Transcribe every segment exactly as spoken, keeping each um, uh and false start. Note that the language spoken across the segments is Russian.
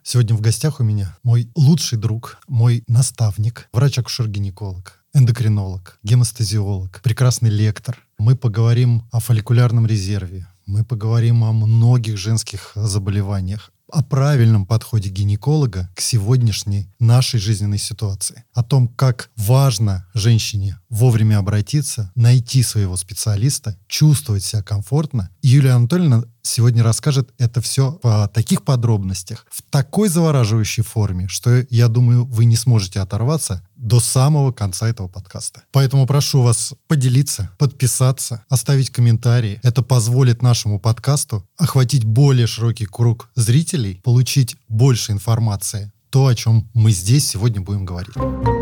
Сегодня в гостях у меня мой лучший друг, мой наставник, врач-акушер-гинеколог, эндокринолог, гемостазиолог, прекрасный лектор. Мы поговорим о фолликулярном резерве, мы поговорим о многих женских заболеваниях, о правильном подходе гинеколога к сегодняшней нашей жизненной ситуации, о том, как важно женщине вовремя обратиться, найти своего специалиста, чувствовать себя комфортно. И Юлия Анатольевна сегодня расскажет это все в таких подробностях, в такой завораживающей форме, что, я думаю, вы не сможете оторваться до самого конца этого подкаста. Поэтому прошу вас поделиться, подписаться, оставить комментарии. Это позволит нашему подкасту охватить более широкий круг зрителей, получить больше информации. То, о чем мы здесь сегодня будем говорить.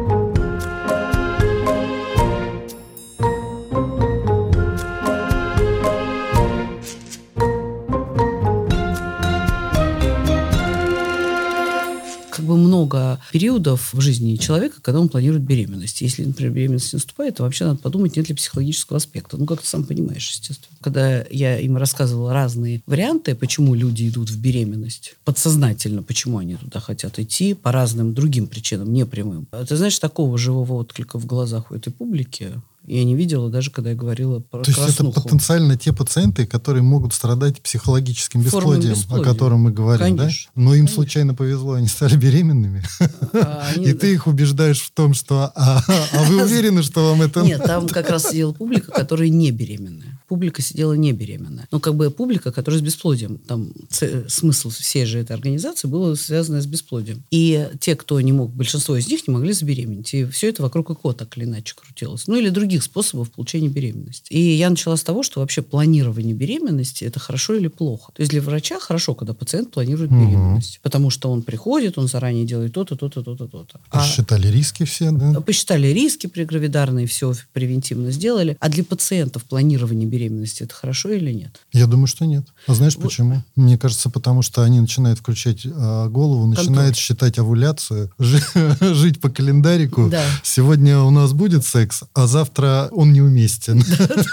Много периодов в жизни человека, когда он планирует беременность. Если, например, беременность не наступает, то вообще надо подумать, нет ли психологического аспекта. Ну, как ты сам понимаешь, естественно. Когда я им рассказывала разные варианты, почему люди идут в беременность, подсознательно, почему они туда хотят идти, по разным другим причинам, не прямым. Ты знаешь, такого живого отклика в глазах у этой публики я не видела, даже когда я говорила про То краснуху. есть это потенциально те пациенты, которые могут страдать психологическим бесплодием, о котором мы говорим, конечно, да? Но им конечно. случайно повезло, они стали беременными. А они... И ты их убеждаешь в том, что... А, а вы уверены, что вам это... Нет, там как раз сидела публика, которая не беременная. Публика сидела не беременная. Но как бы публика, которая с бесплодием. Там ц... смысл всей же этой организации был связан с бесплодием. И те, кто не мог, большинство из них не могли забеременеть. И все это вокруг ЭКО так или иначе крутилось. Ну или других способов получения беременности. И я начала с того, что вообще планирование беременности – это хорошо или плохо. То есть для врача хорошо, когда пациент планирует угу. беременность. Потому что он приходит, он заранее делает то-то, то-то, то-то, то-то. Посчитали а... риски все, да? Посчитали риски прегравидарные, все превентивно сделали. А для пациентов планирование беременности – это хорошо или нет? Я думаю, что нет. А знаешь вот. почему? Мне кажется, потому что они начинают включать а, голову, начинают Контроль. считать овуляцию, жить по календарику. Да. Сегодня у нас будет секс, а завтра он неуместен.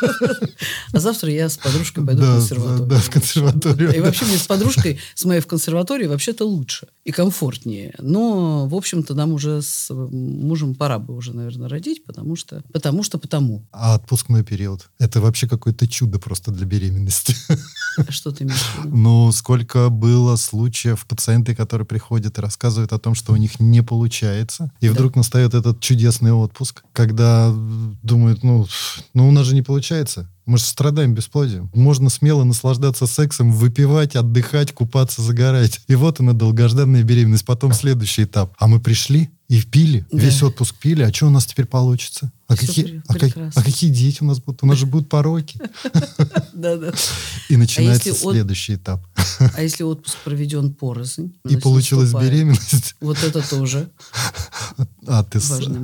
А завтра я с подружкой пойду в консерваторию. Да, в консерваторию. И вообще мне с подружкой, с моей в консерватории вообще-то лучше и комфортнее. Но, в общем-то, нам уже с мужем пора бы уже, наверное, родить, потому что, потому что, потому. А отпускной период? Это вообще какое-то чудо просто для беременности. Что ты имеешь в виду? Ну, сколько было случаев пациенты, которые приходят и рассказывают о том, что у них не получается, и да. вдруг настает этот чудесный отпуск, когда думают, ну, ну у нас же не получается. Мы же страдаем бесплодием. Можно смело наслаждаться сексом, выпивать, отдыхать, купаться, загорать. И вот она, долгожданная беременность. Потом следующий этап. А мы пришли и пили, да. весь отпуск пили. А что у нас теперь получится? А какие, а, как, а какие дети у нас будут? У нас же будут пороки. Да-да. И начинается следующий этап. А если отпуск проведен порознь? И получилась беременность? Вот это тоже А ты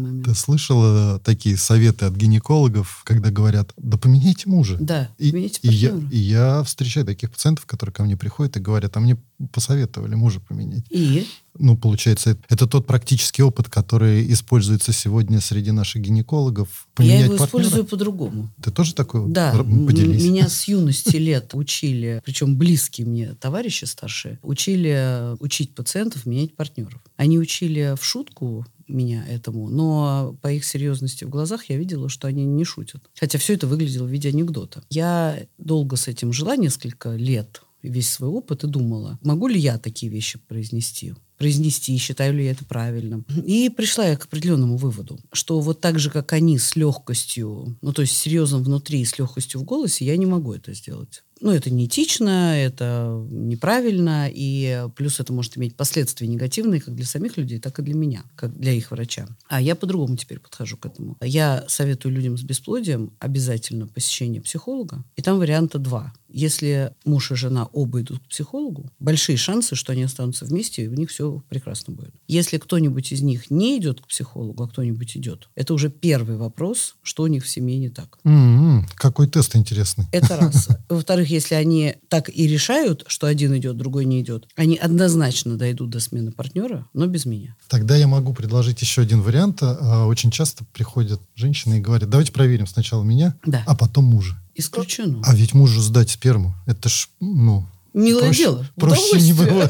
слышала такие советы от гинекологов, когда говорят, да поменяйте мужа? Да, поменяйте партнера. И я встречаю таких пациентов, которые ко мне приходят и говорят, а мне посоветовали мужа поменять. И? Ну, получается, это, это тот практический опыт, который используется сегодня среди наших гинекологов. Поменять Я его партнера. Использую по-другому. Ты тоже такой? Да. Поделись. М- меня с юности лет учили, причем близкие мне товарищи старшие, учили учить пациентов менять партнеров. Они учили в шутку меня этому, но по их серьезности в глазах я видела, что они не шутят. Хотя все это выглядело в виде анекдота. Я долго с этим жила, несколько лет, весь свой опыт, и думала, могу ли я такие вещи произнести? произнести, считаю ли я это правильным. И пришла я к определенному выводу, что вот так же, как они с легкостью, ну, то есть серьезным внутри и с легкостью в голосе, я не могу это сделать. Ну, это неэтично, это неправильно, и плюс это может иметь последствия негативные как для самих людей, так и для меня, как для их врача. А я по-другому теперь подхожу к этому. Я советую людям с бесплодием обязательно посещение психолога, и там варианта два. Если муж и жена оба идут к психологу, большие шансы, что они останутся вместе, и у них все прекрасно будет. Если кто-нибудь из них не идет к психологу, а кто-нибудь идет, это уже первый вопрос, что у них в семье не так. Mm-hmm. Какой тест интересный. Это раз. Во-вторых, если они так и решают, что один идет, другой не идет, они однозначно дойдут до смены партнера, но без меня. Тогда я могу предложить еще один вариант. Очень часто приходят женщины и говорят, давайте проверим сначала меня, да. а потом мужа. Исключено. А ведь мужу сдать сперму, это ж, ну, Милое проще, дело. Проще не бывает.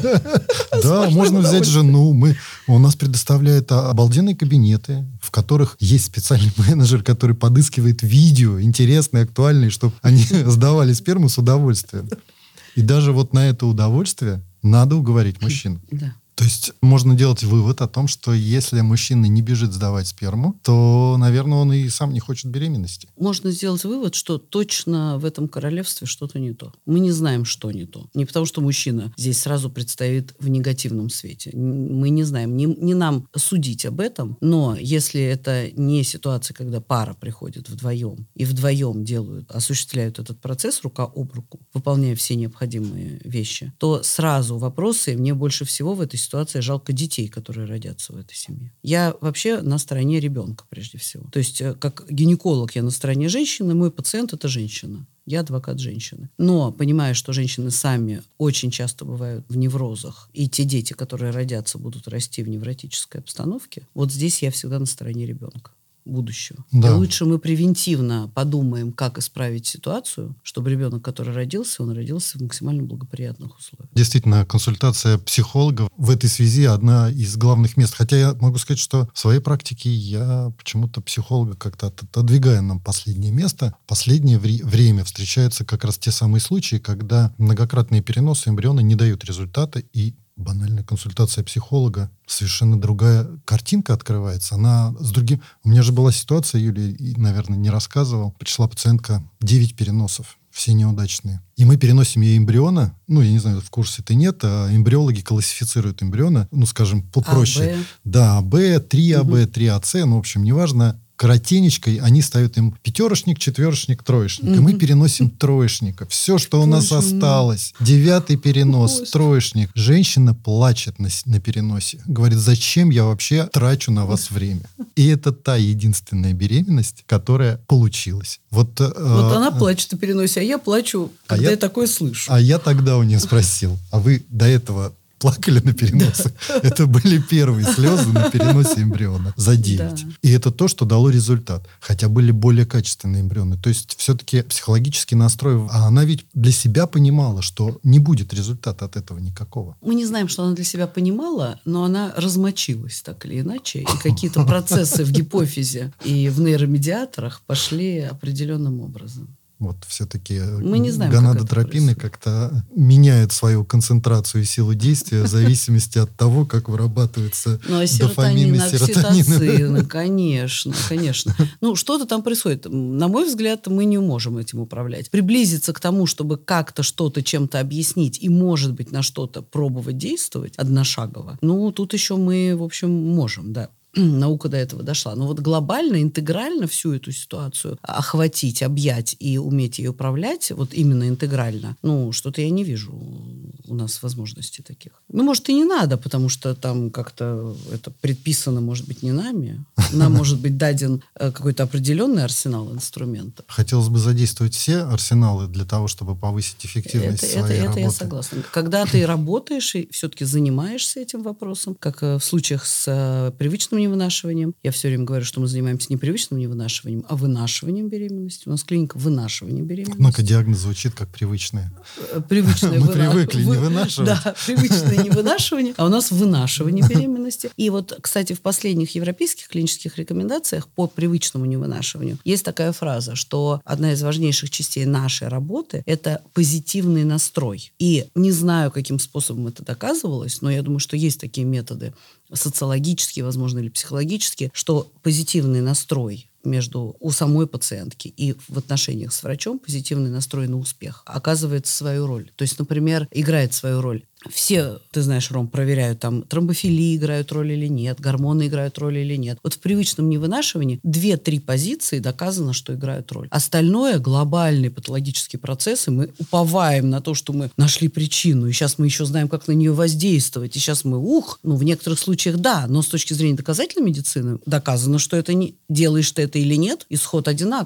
Да, можно взять жену. Мы, у нас предоставляют обалденные кабинеты, в которых есть специальный менеджер, который подыскивает видео интересные, актуальные, чтобы они сдавали сперму с удовольствием. И даже вот на это удовольствие надо уговорить мужчину. Да. То есть можно делать вывод о том, что если мужчина не бежит сдавать сперму, то, наверное, он и сам не хочет беременности. Можно сделать вывод, что точно в этом королевстве что-то не то. Мы не знаем, что не то. Не потому, что мужчина здесь сразу предстоит в негативном свете. Мы не знаем, не, не нам судить об этом, но если это не ситуация, когда пара приходит вдвоем и вдвоем делают, осуществляют этот процесс рука об руку, выполняя все необходимые вещи, то сразу вопросы, и мне больше всего в этой ситуации жалко детей, которые родятся в этой семье. Я вообще на стороне ребенка прежде всего. То есть как гинеколог я на стороне женщины, мой пациент это женщина. Я адвокат женщины. Но, понимая, что женщины сами очень часто бывают в неврозах, и те дети, которые родятся, будут расти в невротической обстановке, вот здесь я всегда на стороне ребенка. Будущего. Да. И лучше мы превентивно подумаем, как исправить ситуацию, чтобы ребенок, который родился, он родился в максимально благоприятных условиях. Действительно, консультация психолога в этой связи одна из главных мест. Хотя я могу сказать, что в своей практике я почему-то психолога как-то отодвигаю на последнее место. В последнее вре- время встречаются как раз те самые случаи, когда многократные переносы эмбриона не дают результата, и банальная консультация психолога, совершенно другая картинка открывается. Она с другим... У меня же была ситуация, Юлия, наверное, не рассказывал. Пришла пациентка, девять переносов, все неудачные. И мы переносим ей эмбриона, ну, я не знаю, в курсе ты нет, а эмбриологи классифицируют эмбриона, ну, скажем, попроще. А, Б. Да, Б, три А, Б, три А, С, ну, в общем, неважно. Коротенечкой они ставят им пятерочник, четверочник, троечник. Mm-hmm. И мы переносим троечника. Все, что у нас осталось. Девятый перенос, Господи. Троечник. Женщина плачет на, на переносе. Говорит, зачем я вообще трачу на вас время? И это та единственная беременность, которая получилась. Вот, вот э, она плачет на переносе, а я плачу, когда а я, я такое слышу. А я тогда у нее спросил, а вы до этого плакали на переносах? Это были первые слезы на переносе эмбриона за девять. Да. И это то, что дало результат. Хотя были более качественные эмбрионы. То есть все-таки психологический настрой. А она ведь для себя понимала, что не будет результата от этого никакого. Мы не знаем, что она для себя понимала, но она размочилась так или иначе. И какие-то процессы в гипофизе и в нейромедиаторах пошли определенным образом. Вот все-таки знаем, гонадотропины как как-то меняют свою концентрацию и силу действия в зависимости от того, как вырабатываются ну, а дофамины, серотонины. Конечно, конечно. Ну, что-то там происходит. На мой взгляд, мы не можем этим управлять. Приблизиться к тому, чтобы как-то что-то чем-то объяснить и, может быть, на что-то пробовать действовать одношагово, ну, тут еще мы, в общем, можем, да. Наука до этого дошла. Но вот глобально, интегрально всю эту ситуацию охватить, объять и уметь ее управлять, вот именно интегрально, ну, что-то я не вижу у нас возможностей таких. Ну, может, и не надо, потому что там как-то это предписано, может быть, не нами. Нам, может быть, даден какой-то определенный арсенал инструментов. Хотелось бы задействовать все арсеналы для того, чтобы повысить эффективность это, своей это, работы. Это я согласна. Когда ты работаешь и все-таки занимаешься этим вопросом, как в случаях с привычным невынашиванием. Я все время говорю, что мы занимаемся не привычным невынашиванием, а вынашиванием беременности. У нас клиника вынашивания беременности. Однако диагноз звучит как привычное. Привычное Мы привыкли не вынашивать. Да, привычное невынашивание, а у нас вынашивание беременности. И вот, кстати, в последних европейских клинических рекомендациях по привычному невынашиванию есть такая фраза, что одна из важнейших частей нашей работы – это позитивный настрой. И не знаю, каким способом это доказывалось, но я думаю, что есть такие методы социологические, возможно, или психологические, что позитивный настрой между у самой пациентки и в отношениях с врачом, позитивный настрой на успех оказывает свою роль. То есть, например, играет свою роль. Все, ты знаешь, Ром, проверяют, там, тромбофилии играют роль или нет, гормоны играют роль или нет. Вот в привычном невынашивании две-три позиции доказано, что играют роль. Остальное, глобальные патологические процессы, мы уповаем на то, что мы нашли причину, и сейчас мы еще знаем, как на нее воздействовать, и сейчас мы, ух, ну, в некоторых случаях да, но с точки зрения доказательной медицины доказано, что это не... Делаешь ты это или нет, исход одинаковый.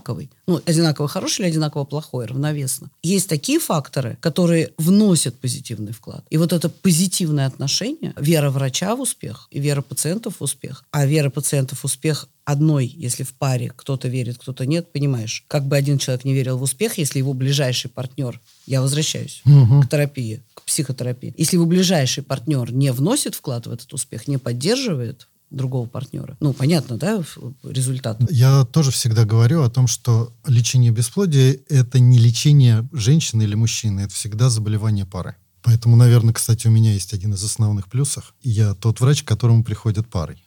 Ну, одинаково хорошее или одинаково плохое, равновесно. Есть такие факторы, которые вносят позитивный вклад. И вот это позитивное отношение, вера врача в успех и вера пациентов в успех. А вера пациентов в успех одной, если в паре кто-то верит, кто-то нет, понимаешь, как бы один человек не верил в успех, если его ближайший партнер, я возвращаюсь угу. к терапии, к психотерапии, если его ближайший партнер не вносит вклад в этот успех, не поддерживает другого партнера. Ну, понятно, да, результат? Я тоже всегда говорю о том, что лечение бесплодия – это не лечение женщины или мужчины, это всегда заболевание пары. Поэтому, наверное, кстати, у меня есть один из основных плюсов. Я тот врач, к которому приходят парой.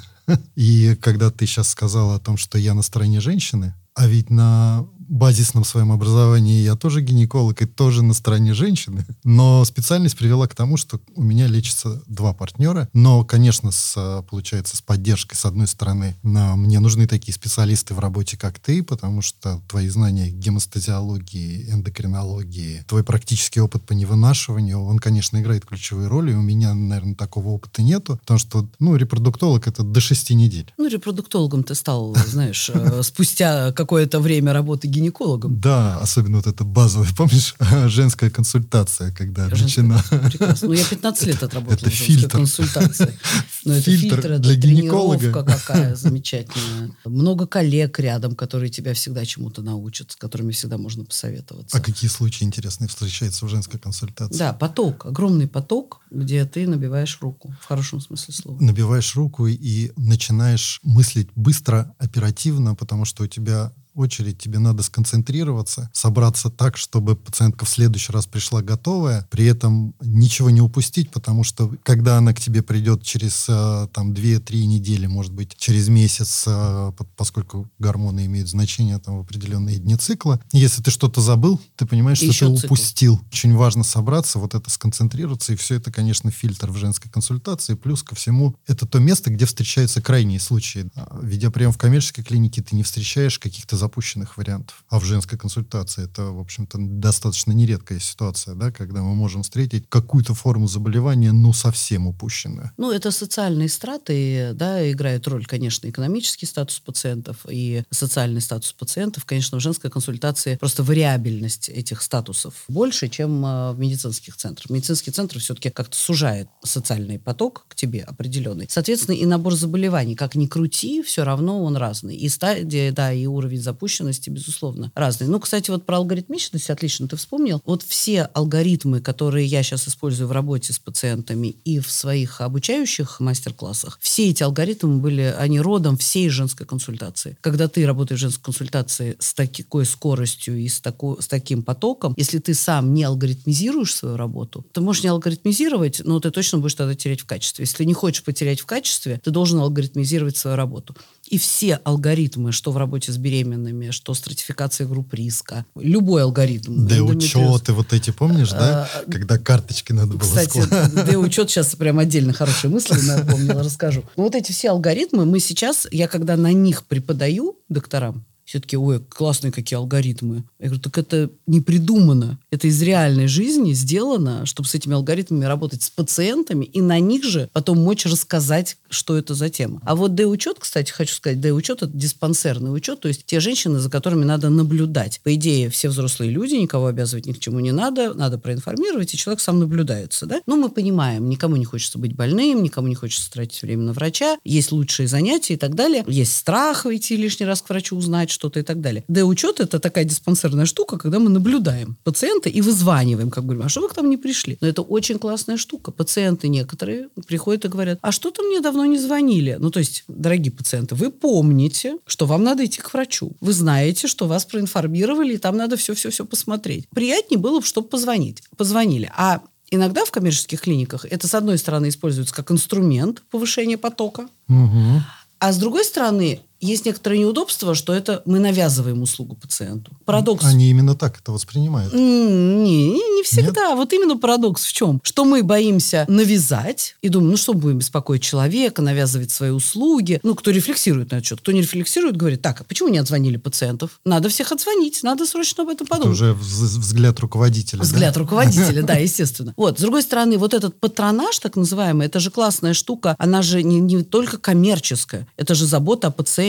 И когда ты сейчас сказала о том, что я на стороне женщины, а ведь на базисном своем образовании я тоже гинеколог и тоже на стороне женщины. Но специальность привела к тому, что у меня лечатся два партнера. Но, конечно, с, получается, с поддержкой, с одной стороны, на, мне нужны такие специалисты в работе, как ты, потому что твои знания гемостазиологии, эндокринологии, твой практический опыт по невынашиванию, он, конечно, играет ключевую роль. И у меня, наверное, такого опыта нету. Потому что, ну, репродуктолог — это до шести недель. Ну, репродуктологом ты стал, знаешь, спустя какое-то время работы гинекологом. Да, особенно вот эта базовая, помнишь, женская консультация, когда начинала. Прекрасно. Ну, я пятнадцать лет отработала это в женской фильтр. консультации. Но это фильтр, фильтр, это для тренировка гинеколога. какая замечательная. Много коллег рядом, которые тебя всегда чему-то научат, с которыми всегда можно посоветоваться. А какие случаи интересные встречаются в женской консультации? Да, поток, огромный поток, где ты набиваешь руку, в хорошем смысле слова. Набиваешь руку и начинаешь мыслить быстро, оперативно, потому что у тебя очередь, тебе надо сконцентрироваться, собраться так, чтобы пациентка в следующий раз пришла готовая, при этом ничего не упустить, потому что когда она к тебе придет через там две-три недели, может быть, через месяц, поскольку гормоны имеют значение там в определенные дни цикла, если ты что-то забыл, ты понимаешь, что Еще ты цикл. упустил. Очень важно собраться, вот это сконцентрироваться, и все это, конечно, фильтр в женской консультации. Плюс ко всему, это то место, где встречаются крайние случаи. Ведя прием в коммерческой клинике, ты не встречаешь каких-то запущенных вариантов. А в женской консультации это, в общем-то, достаточно нередкая ситуация, да, когда мы можем встретить какую-то форму заболевания, ну, совсем упущенную. Ну, это социальные страты, да, играют роль, конечно, экономический статус пациентов и социальный статус пациентов. Конечно, в женской консультации просто вариабельность этих статусов больше, чем э, в медицинских центрах. Медицинский центр все-таки как-то сужает социальный поток к тебе определенный. Соответственно, и набор заболеваний, как ни крути, все равно он разный. И стадия, да, и уровень запущенности запущенности, безусловно, разные. Ну, кстати, вот про алгоритмичность отлично ты вспомнил. Вот все алгоритмы, которые я сейчас использую в работе с пациентами и в своих обучающих мастер-классах, все эти алгоритмы были, они родом всей женской консультации. Когда ты работаешь в женской консультации с такой скоростью и с, тако, с таким потоком, если ты сам не алгоритмизируешь свою работу, ты можешь не алгоритмизировать, но ты точно будешь тогда терять в качестве. Если ты не хочешь потерять в качестве, ты должен алгоритмизировать свою работу. И все алгоритмы, что в работе с беременными, что стратификация групп риска, любой алгоритм. Да, учеты вот эти, помнишь, да? А, Когда карточки надо было кстати, складывать. Да, учет сейчас прям отдельно хорошие мысли напомнила, расскажу. Но вот эти все алгоритмы, мы сейчас, я когда на них преподаю докторам, все-таки, ой, классные какие алгоритмы. Я говорю, так это не придумано. Это из реальной жизни сделано, чтобы с этими алгоритмами работать с пациентами и на них же потом мочь рассказать, что это за тема. А вот Д-учет, кстати, хочу сказать, Д-учет — это диспансерный учет, то есть те женщины, за которыми надо наблюдать. По идее, все взрослые люди, никого обязывать ни к чему не надо, надо проинформировать, и человек сам наблюдается, да? Ну, мы понимаем, никому не хочется быть больным, никому не хочется тратить время на врача, есть лучшие занятия и так далее. Есть страх идти лишний раз к врачу узнать что-то и так далее. Д-учет — это такая диспансерная штука, когда мы наблюдаем пациента и вызваниваем, как говорим, а что вы к нам не пришли? Но это очень классная штука. Пациенты некоторые приходят и говорят, а что-то мне давно не звонили. Ну, то есть, дорогие пациенты, вы помните, что вам надо идти к врачу. Вы знаете, что вас проинформировали, и там надо все-все-все посмотреть. Приятнее было бы, чтобы позвонить. Позвонили. А иногда в коммерческих клиниках это, с одной стороны, используется как инструмент повышения потока, Угу. а с другой стороны, есть некоторое неудобство, что это мы навязываем услугу пациенту. Парадокс. Они именно так это воспринимают. Не, не всегда. Нет? Вот именно парадокс в чем? Что мы боимся навязать и думаем, ну что будем беспокоить человека, навязывать свои услуги. Ну, кто рефлексирует на этот счет. Кто не рефлексирует, говорит, так, а почему не отзвонили пациентов? Надо всех отзвонить, надо срочно об этом подумать. Это уже взгляд руководителя. Взгляд да? руководителя, да, естественно. Вот, с другой стороны, вот этот патронаж, так называемый, это же классная штука, она же не, не только коммерческая, это же забота о пациенте.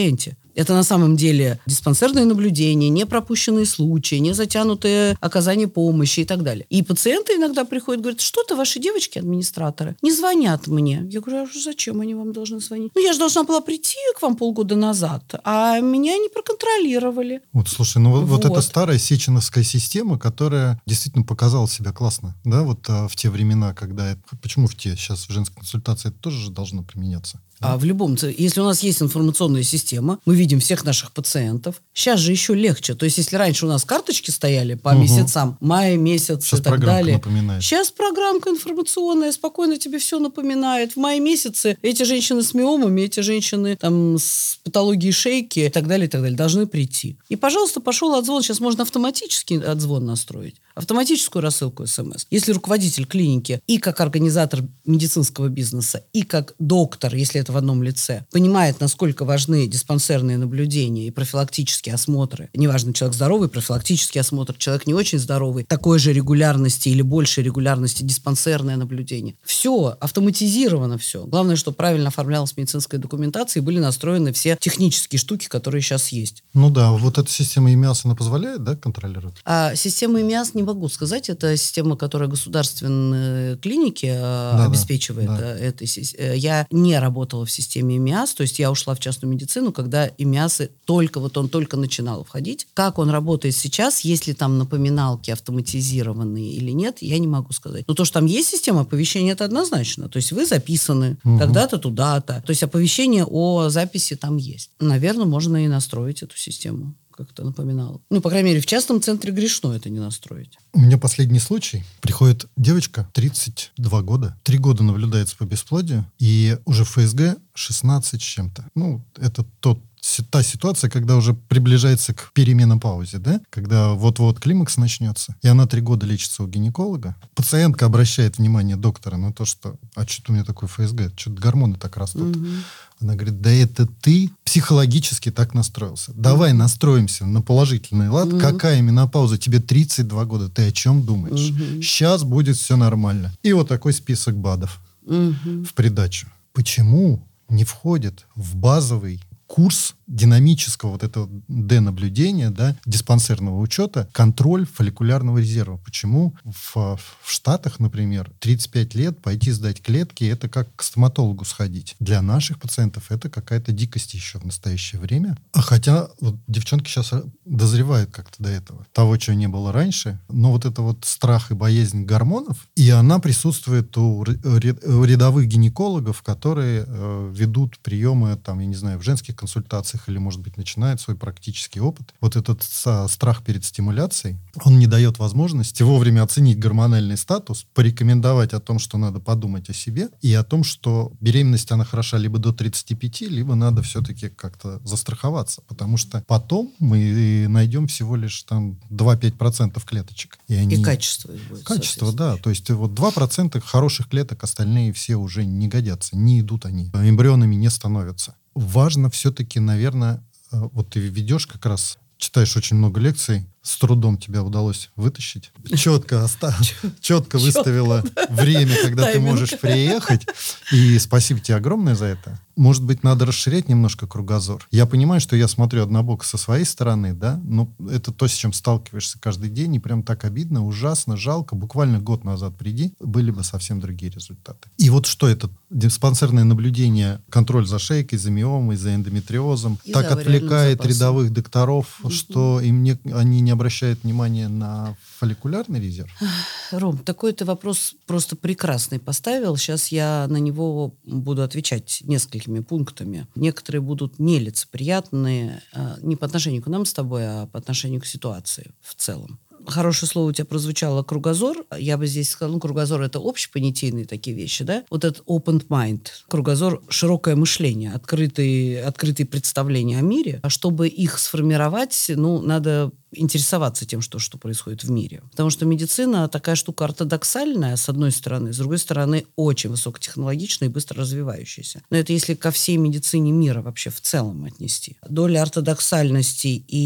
пациенте. Это на самом деле диспансерное наблюдение, не пропущенные случаи, не затянутое оказание помощи и так далее. И пациенты иногда приходят и говорят, что-то ваши девочки-администраторы не звонят мне. Я говорю, а зачем они вам должны звонить? Ну, я же должна была прийти к вам полгода назад, а меня не проконтролировали. Вот, слушай, ну вот, Вот. вот эта старая сеченовская система, которая действительно показала себя классно, да, вот а, в те времена, когда... Это, почему в те? Сейчас в женской консультации это тоже же должно применяться. А в любом, если у нас есть информационная система, мы видим всех наших пациентов. Сейчас же еще легче. То есть, если раньше у нас карточки стояли по угу. месяцам, май месяц сейчас и так далее. Напоминает. Сейчас программка информационная спокойно тебе все напоминает. В мае месяце эти женщины с миомами, эти женщины там с патологией шейки и так далее, и так далее должны прийти. И, пожалуйста, пошел отзвон. Сейчас можно автоматический отзвон настроить. Автоматическую рассылку СМС. Если руководитель клиники и как организатор медицинского бизнеса, и как доктор, если это в одном лице, понимает, насколько важны диспансерные наблюдения и профилактические осмотры, неважно, человек здоровый, профилактический осмотр, человек не очень здоровый, такой же регулярности или большей регулярности диспансерное наблюдение. Все, автоматизировано все. Главное, что правильно оформлялась медицинская документация и были настроены все технические штуки, которые сейчас есть. Ну да, вот эта система ИМИАС, она позволяет, да, контролировать? А система ИМИАС не могу сказать. Это система, которая государственные клиники да, обеспечивает. Да. Это, я не работала в системе ИМИАС, то есть я ушла в частную медицину, когда ИМИАСы только, вот он только начинал входить. Как он работает сейчас, есть ли там напоминалки автоматизированные или нет, я не могу сказать. Но то, что там есть система оповещения, это однозначно. То есть вы записаны угу. тогда-то, туда-то. То есть оповещение о записи там есть. Наверное, можно и настроить эту систему. Как-то напоминало. Ну, по крайней мере, в частном центре грешно это не настроить. У меня последний случай. Приходит девочка, тридцать два года, три года наблюдается по бесплодию, и уже в ФСГ шестнадцать с чем-то. Ну, это тот та ситуация, когда уже приближается к переменопаузе, да, когда вот-вот климакс начнется, и она три года лечится у гинеколога. Пациентка обращает внимание доктора на то, что а что-то у меня такое ФСГ, что-то гормоны так растут. Угу. Она говорит, да это ты психологически так настроился. Давай угу. настроимся на положительный лад. Угу. Какая менопауза? Тебе тридцать два года. Ты о чем думаешь? Угу. Сейчас будет все нормально. И вот такой список БАДов угу. в придачу. Почему не входит в базовый курс динамического вот этого Д-наблюдения, да, диспансерного учета, контроль фолликулярного резерва? Почему в, в Штатах, например, тридцать пять лет пойти сдать клетки, это как к стоматологу сходить. Для наших пациентов это какая-то дикость еще в настоящее время. А хотя вот девчонки сейчас дозревают как-то до этого. Того, чего не было раньше. Но вот это вот страх и боязнь гормонов, и она присутствует у рядовых гинекологов, которые э, ведут приемы, там, я не знаю, в женских консультациях или, может быть, начинает свой практический опыт. Вот этот со, страх перед стимуляцией, он не дает возможности вовремя оценить гормональный статус, порекомендовать о том, что надо подумать о себе, и о том, что беременность, она хороша либо до тридцати пяти, либо надо все-таки как-то застраховаться, потому что потом мы найдем всего лишь там два-пять процентов клеточек. И, они... и качество будет. Качество, да. То есть вот два процента хороших клеток, остальные все уже не годятся, не идут они, эмбрионами не становятся. Важно все-таки, наверное, вот ты ведешь как раз, читаешь очень много лекций, с трудом тебя удалось вытащить. Четко, оста... Четко выставила время, когда ты можешь приехать. И спасибо тебе огромное за это. Может быть, надо расширять немножко кругозор. Я понимаю, что я смотрю однобоко со своей стороны, да, но это то, с чем сталкиваешься каждый день, и прям так обидно, ужасно, жалко. Буквально год назад приди, были бы совсем другие результаты. И вот что это? Диспансерное наблюдение, контроль за шейкой, за миомой, за эндометриозом, и так отвлекает рядовых докторов, угу. что им не, они не обращают внимания на фолликулярный резерв? Ром, такой ты вопрос просто прекрасный поставил. Сейчас я на него буду отвечать несколькими пунктами. Некоторые будут нелицеприятные не по отношению к нам с тобой, а по отношению к ситуации в целом. Хорошее слово у тебя прозвучало кругозор. Я бы здесь сказала, ну, кругозор — это общепонятийные такие вещи, да? Вот этот open mind, кругозор — широкое мышление, открытые, открытые представления о мире. А чтобы их сформировать, ну, надо интересоваться тем, что, что происходит в мире. Потому что медицина такая штука ортодоксальная, с одной стороны, с другой стороны, очень высокотехнологичная и быстро развивающаяся. Но это если ко всей медицине мира вообще в целом отнести. Доля ортодоксальности и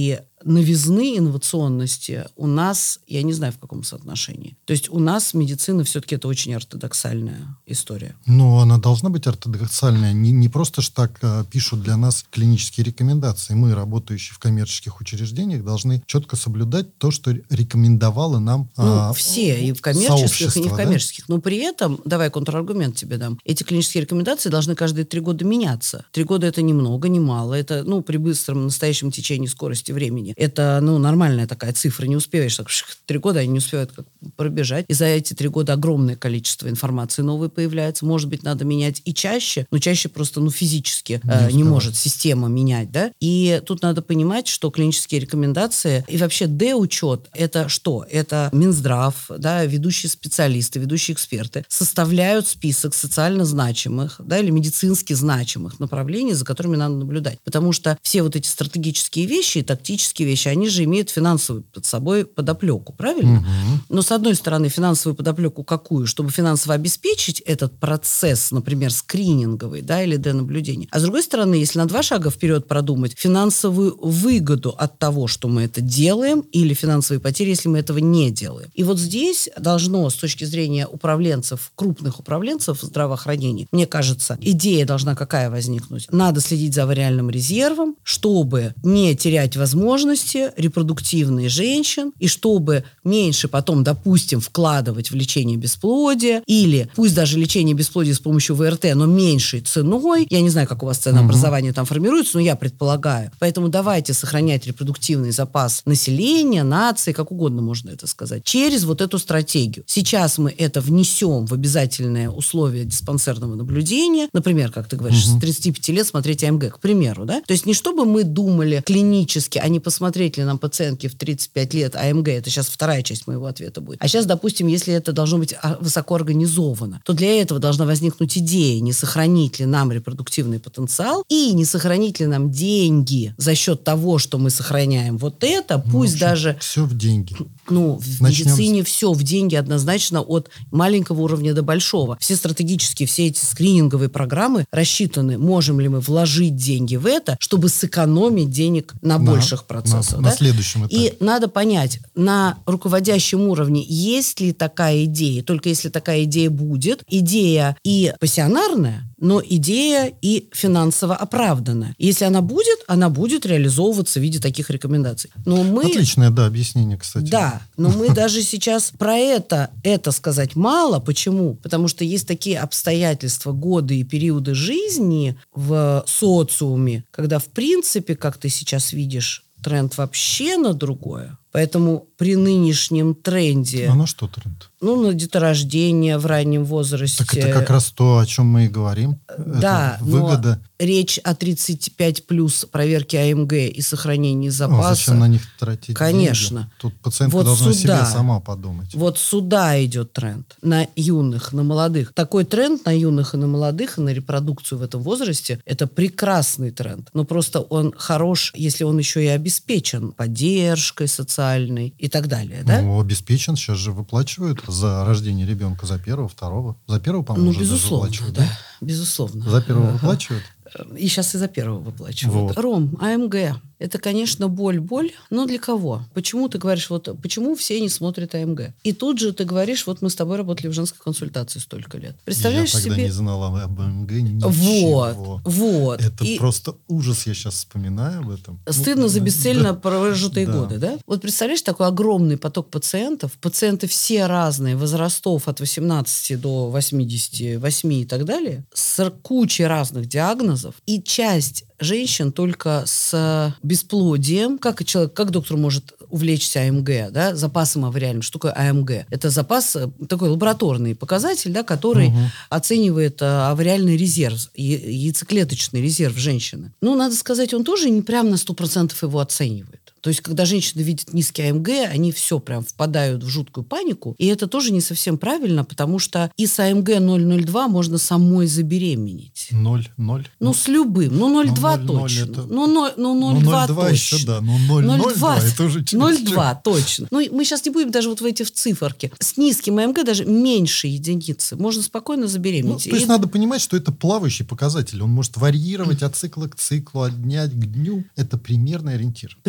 новизны, инновационности у нас, я не знаю, в каком соотношении. То есть у нас медицина все-таки это очень ортодоксальная история. Ну, она должна быть ортодоксальная. Не, не просто ж так а, пишут для нас клинические рекомендации. Мы, работающие в коммерческих учреждениях, должны четко соблюдать то, что рекомендовало нам Ну, а, все, и в коммерческих, и не в да? коммерческих. Но при этом, давай контраргумент тебе дам, эти клинические рекомендации должны каждые три года меняться. Три года это ни много, ни мало. Это, ну, при быстром настоящем течении скорости времени. Это, ну, нормальная такая цифра. Не успеешь, так три года они не успевают как пробежать. И за эти три года огромное количество информации новой появляется. Может быть, надо менять и чаще, но чаще просто, ну, физически не, э, не может система менять, да. И тут надо понимать, что клинические рекомендации и вообще Д-учет — это что? Это Минздрав, да, ведущие специалисты, ведущие эксперты составляют список социально значимых, да, или медицински значимых направлений, за которыми надо наблюдать. Потому что все вот эти стратегические вещи и тактические вещи, они же имеют финансовую под собой подоплеку, правильно? Угу. Но, с одной стороны, финансовую подоплеку какую? Чтобы финансово обеспечить этот процесс, например, скрининговый, да, или Д-наблюдения. А с другой стороны, если на два шага вперед продумать финансовую выгоду от того, что мы это делаем, или финансовые потери, если мы этого не делаем. И вот здесь должно, с точки зрения управленцев, крупных управленцев здравоохранения, мне кажется, идея должна какая возникнуть? Надо следить за авариальным резервом, чтобы не терять возможности репродуктивные женщин, и чтобы меньше потом, допустим, вкладывать в лечение бесплодия, или пусть даже лечение бесплодия с помощью вэ эр тэ, но меньшей ценой. Я не знаю, как у вас ценообразование угу. там формируется, но я предполагаю. Поэтому давайте сохранять репродуктивный запас населения, нации, как угодно можно это сказать, через вот эту стратегию. Сейчас мы это внесем в обязательное условие диспансерного наблюдения. Например, как ты говоришь, угу. с тридцати пяти лет смотреть а эм гэ, к примеру, да? То есть не чтобы мы думали клинически, а не посмотреть ли нам пациентки в тридцать пять лет а эм гэ, это сейчас вторая часть моего ответа будет. А сейчас, допустим, если это должно быть высоко организовано, то для этого должна возникнуть идея, не сохранить ли нам репродуктивный потенциал и не сохранить ли нам деньги за счет того, что мы сохраняем вот это, пусть ну, даже... Все в деньги. Ну, в Начнем медицине с... все в деньги однозначно от маленького уровня до большого. Все стратегические, все эти скрининговые программы рассчитаны, можем ли мы вложить деньги в это, чтобы сэкономить денег на, на больших процессах. На, да? на следующем этапе. И надо понять, на руководящем уровне есть ли такая идея, только если такая идея будет, идея и пассионарная, но идея и финансово оправданная. Если она будет, она будет реализовываться в виде таких рекомендаций. Но мы... Отличное, да, объяснение, кстати. Да, но мы даже сейчас про это, это сказать мало. Почему? Потому что есть такие обстоятельства, годы и периоды жизни в социуме, когда, в принципе, как ты сейчас видишь, тренд вообще на другое. Поэтому при нынешнем тренде... А на что тренд? Ну, на деторождение в раннем возрасте. Так это как раз то, о чем мы и говорим. Да, это выгода. Но речь о тридцать пять плюс проверке а эм гэ и сохранении запаса. А зачем на них тратить Конечно. деньги? Тут пациентка вот должна сюда, себе сама подумать. Вот сюда идет тренд. На юных, на молодых. Такой тренд на юных и на молодых, и на репродукцию в этом возрасте, это прекрасный тренд. Но просто он хорош, если он еще и обеспечен поддержкой социальной и так далее. Да? Ну, обеспечен. Сейчас же выплачивают за рождение ребенка за первого, второго. За первого, по-моему, ну, уже безусловно, даже выплачивают. Да, Да? безусловно. За первого выплачивают? И сейчас и за первого выплачивают. Вот. Ром, а эм гэ. Это, конечно, боль-боль, но для кого? Почему ты говоришь, вот почему все не смотрят а эм гэ? И тут же ты говоришь, вот мы с тобой работали в женской консультации столько лет. Представляешь я тогда себе... не знала об а эм гэ ничего. Вот, вот. Это и... просто ужас, я сейчас вспоминаю об этом. Стыдно ну, за бесцельно да. прожитые да. годы, да? Вот представляешь, такой огромный поток пациентов, пациенты все разные, возрастов от восемнадцати до восьмидесяти восьми и так далее, с кучей разных диагнозов, и часть женщин только с бесплодием. Как, человек, как доктор может увлечься а эм гэ, да, запасом авариальным? Что такое а эм гэ? Это запас, такой лабораторный показатель, да, который угу. оценивает а, авариальный резерв, я, яйцеклеточный резерв женщины. Ну, надо сказать, он тоже не прям на сто процентов его оценивает. То есть, когда женщины видят низкий а эм гэ, они все прям впадают в жуткую панику. И это тоже не совсем правильно, потому что и с а эм гэ ноль целых ноль два можно самой забеременеть. ноль, ноль? Ну, ну, с любым. Ну, ноль целых два точно. Это... Ну, ноль, ну, ноль целых два точно. Еще, да. Ну, ноль целых ноль два это уже через ноль целых два точно. Ну, мы сейчас не будем даже вот в эти в циферки. С низким а эм гэ даже меньше единицы. Можно спокойно забеременеть. Ну, то есть, и... надо понимать, что это плавающий показатель. Он может варьировать от цикла к циклу, от дня к дню. Это примерный ориентир. Примерный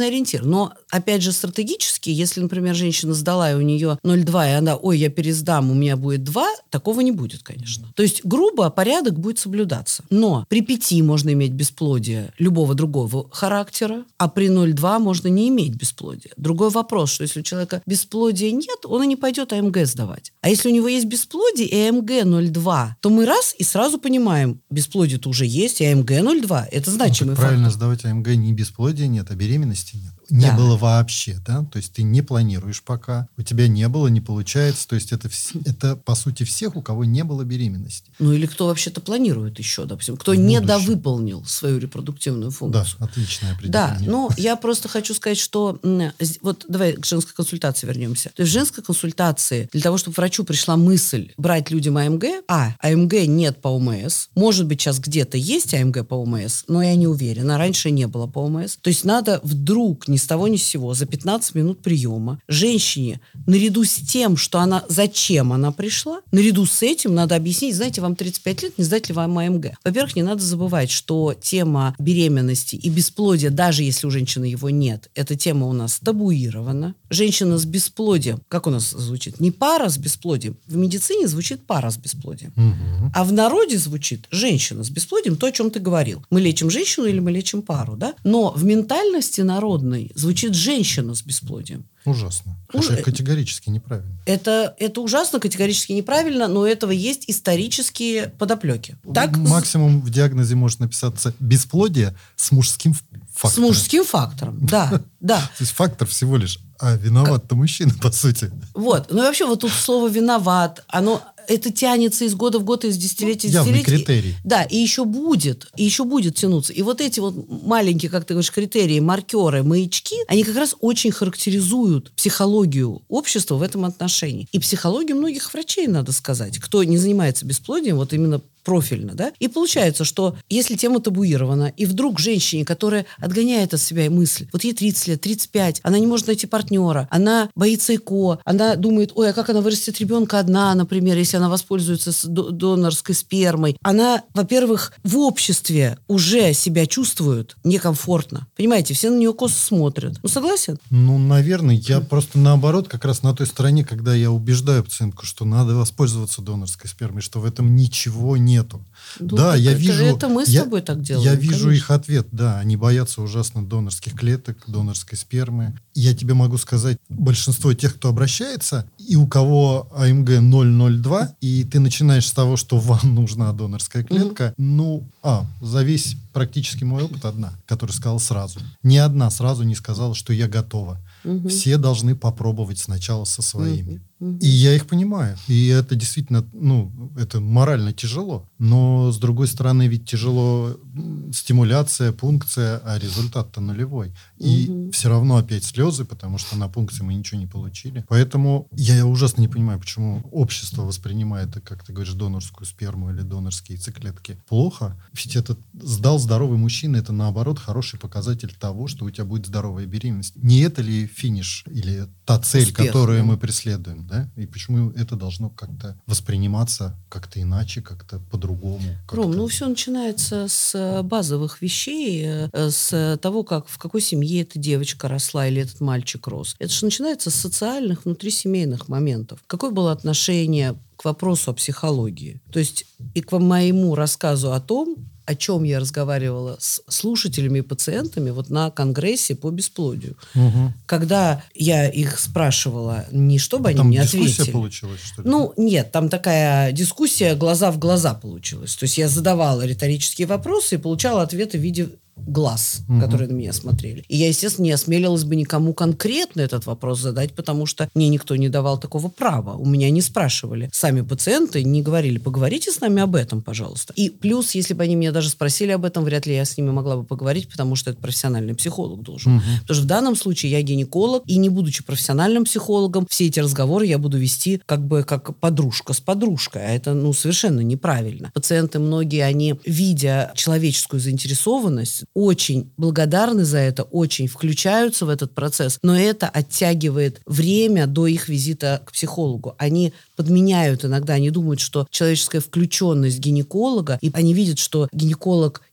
определенный ориентир. Но, опять же, стратегически, если, например, женщина сдала, и у нее ноль целых два, и она, ой, я пересдам, у меня будет два, такого не будет, конечно. То есть, грубо, порядок будет соблюдаться. Но при пяти можно иметь бесплодие любого другого характера, а при ноль целых два можно не иметь бесплодия. Другой вопрос, что если у человека бесплодия нет, он и не пойдет АМГ сдавать. А если у него есть бесплодие и АМГ ноль целых два, то мы раз и сразу понимаем, бесплодие-то уже есть, и АМГ ноль целых два. Это значимый ну, фактор. Правильно сдавать АМГ, не бесплодия нет, а беременности нет. Не да. было вообще, да? То есть ты не планируешь пока, у тебя не было, не получается. То есть это, это по сути, всех, у кого не было беременности. Ну или кто вообще-то планирует еще, допустим, кто недовыполнил свою репродуктивную функцию. Да, отличное определение. Да, но я просто хочу сказать, что... Вот давай к женской консультации вернемся. То есть в женской консультации для того, чтобы врачу пришла мысль брать людям АМГ, а, АМГ нет по ОМС, может быть, сейчас где-то есть АМГ по ОМС, но я не уверена, раньше не было по ОМС. То есть надо вдруг ни с того ни с сего за пятнадцать минут приема женщине, наряду с тем, что она, зачем она пришла, наряду с этим надо объяснить, знаете, вам тридцать пять лет, не сдать ли вам АМГ. Во-первых, не надо забывать, что тема беременности и бесплодия, даже если у женщины его нет, эта тема у нас табуирована. Женщина с бесплодием, как у нас звучит? Не пара с бесплодием. В медицине звучит пара с бесплодием. Угу. А в народе звучит женщина с бесплодием, то, о чем ты говорил. Мы лечим женщину или мы лечим пару, да? Но в ментальности народной звучит женщина с бесплодием. Ужасно. Хотя Уж... категорически неправильно. Это, это ужасно, категорически неправильно, но у этого есть исторические подоплеки. Так... Максимум в диагнозе может написаться бесплодие с мужским фактором. С мужским фактором, да, да. То есть фактор всего лишь, а виноват-то мужчина, по сути. Вот. Ну и вообще вот тут слово «виноват», оно... Это тянется из года в год, из десятилетия в Явный десятилетие. критерий. Да, и еще будет, и еще будет тянуться. И вот эти вот маленькие, как ты говоришь, критерии, маркеры, маячки, они как раз очень характеризуют психологию общества в этом отношении. И психологию многих врачей, надо сказать, кто не занимается бесплодием, вот именно профильно, да? И получается, что если тема табуирована, и вдруг женщине, которая отгоняет от себя мысль, вот ей тридцать лет, тридцать пять, она не может найти партнера, она боится ЭКО, она думает, ой, а как она вырастет ребенка одна, например, если она воспользуется донорской спермой. Она, во-первых, в обществе уже себя чувствует некомфортно. Понимаете, все на нее косо смотрят. Ну, согласен? Ну, наверное, я просто наоборот, как раз на той стороне, когда я убеждаю пациентку, что надо воспользоваться донорской спермой, что в этом ничего нет. Нету. Ну, да, я это, вижу... Это мы с я, тобой так делаем. Я вижу конечно. их ответ, да. Они боятся ужасно донорских клеток, донорской спермы. Я тебе могу сказать, большинство тех, кто обращается, и у кого АМГ ноль целых ноль два, и ты начинаешь с того, что вам нужна донорская клетка, mm-hmm. ну, а, за весь практически мой опыт одна, которая сказала сразу. Ни одна сразу не сказала, что я готова. Mm-hmm. Все должны попробовать сначала со своими. Mm-hmm. И я их понимаю. И это действительно, ну, это морально тяжело. Но, с другой стороны, ведь тяжело стимуляция, пункция, а результат-то нулевой. И mm-hmm. все равно опять слезы, потому что на пункции мы ничего не получили. Поэтому я ужасно не понимаю, почему общество воспринимает, как ты говоришь, донорскую сперму или донорские яйцеклетки плохо. Ведь это сдал здоровый мужчина, это наоборот хороший показатель того, что у тебя будет здоровая беременность. Не это ли финиш или та цель, Успех, которую да. мы преследуем, да? И почему это должно как-то восприниматься как-то иначе, как-то по-другому? Как-то... Ром, ну все начинается с базовых вещей, с того, как в какой семье эта девочка росла или этот мальчик рос. Это же начинается с социальных, внутрисемейных моментов. Какое было отношение к вопросу о психологии? То есть и к моему рассказу о том, о чем я разговаривала с слушателями и пациентами вот на конгрессе по бесплодию. Угу. Когда я их спрашивала, не чтобы а они там мне дискуссия ответили. получилась, что ли? Ну, нет, там такая дискуссия глаза в глаза получилась. То есть я задавала риторические вопросы и получала ответы в виде глаз, угу. которые на меня смотрели. И я, естественно, не осмелилась бы никому конкретно этот вопрос задать, потому что мне никто не давал такого права. У меня не спрашивали. Сами пациенты не говорили, поговорите с нами об этом, пожалуйста. И плюс, если бы они меня даже спросили об этом, вряд ли я с ними могла бы поговорить, потому что это профессиональный психолог должен. Угу. Потому что в данном случае я гинеколог, и не будучи профессиональным психологом, все эти разговоры я буду вести как бы как подружка с подружкой. А это, ну, совершенно неправильно. Пациенты многие, они, видя человеческую заинтересованность, очень благодарны за это, очень включаются в этот процесс, но это оттягивает время до их визита к психологу. Они подменяют иногда, они думают, что человеческая включенность гинеколога, и они видят, что гинеколог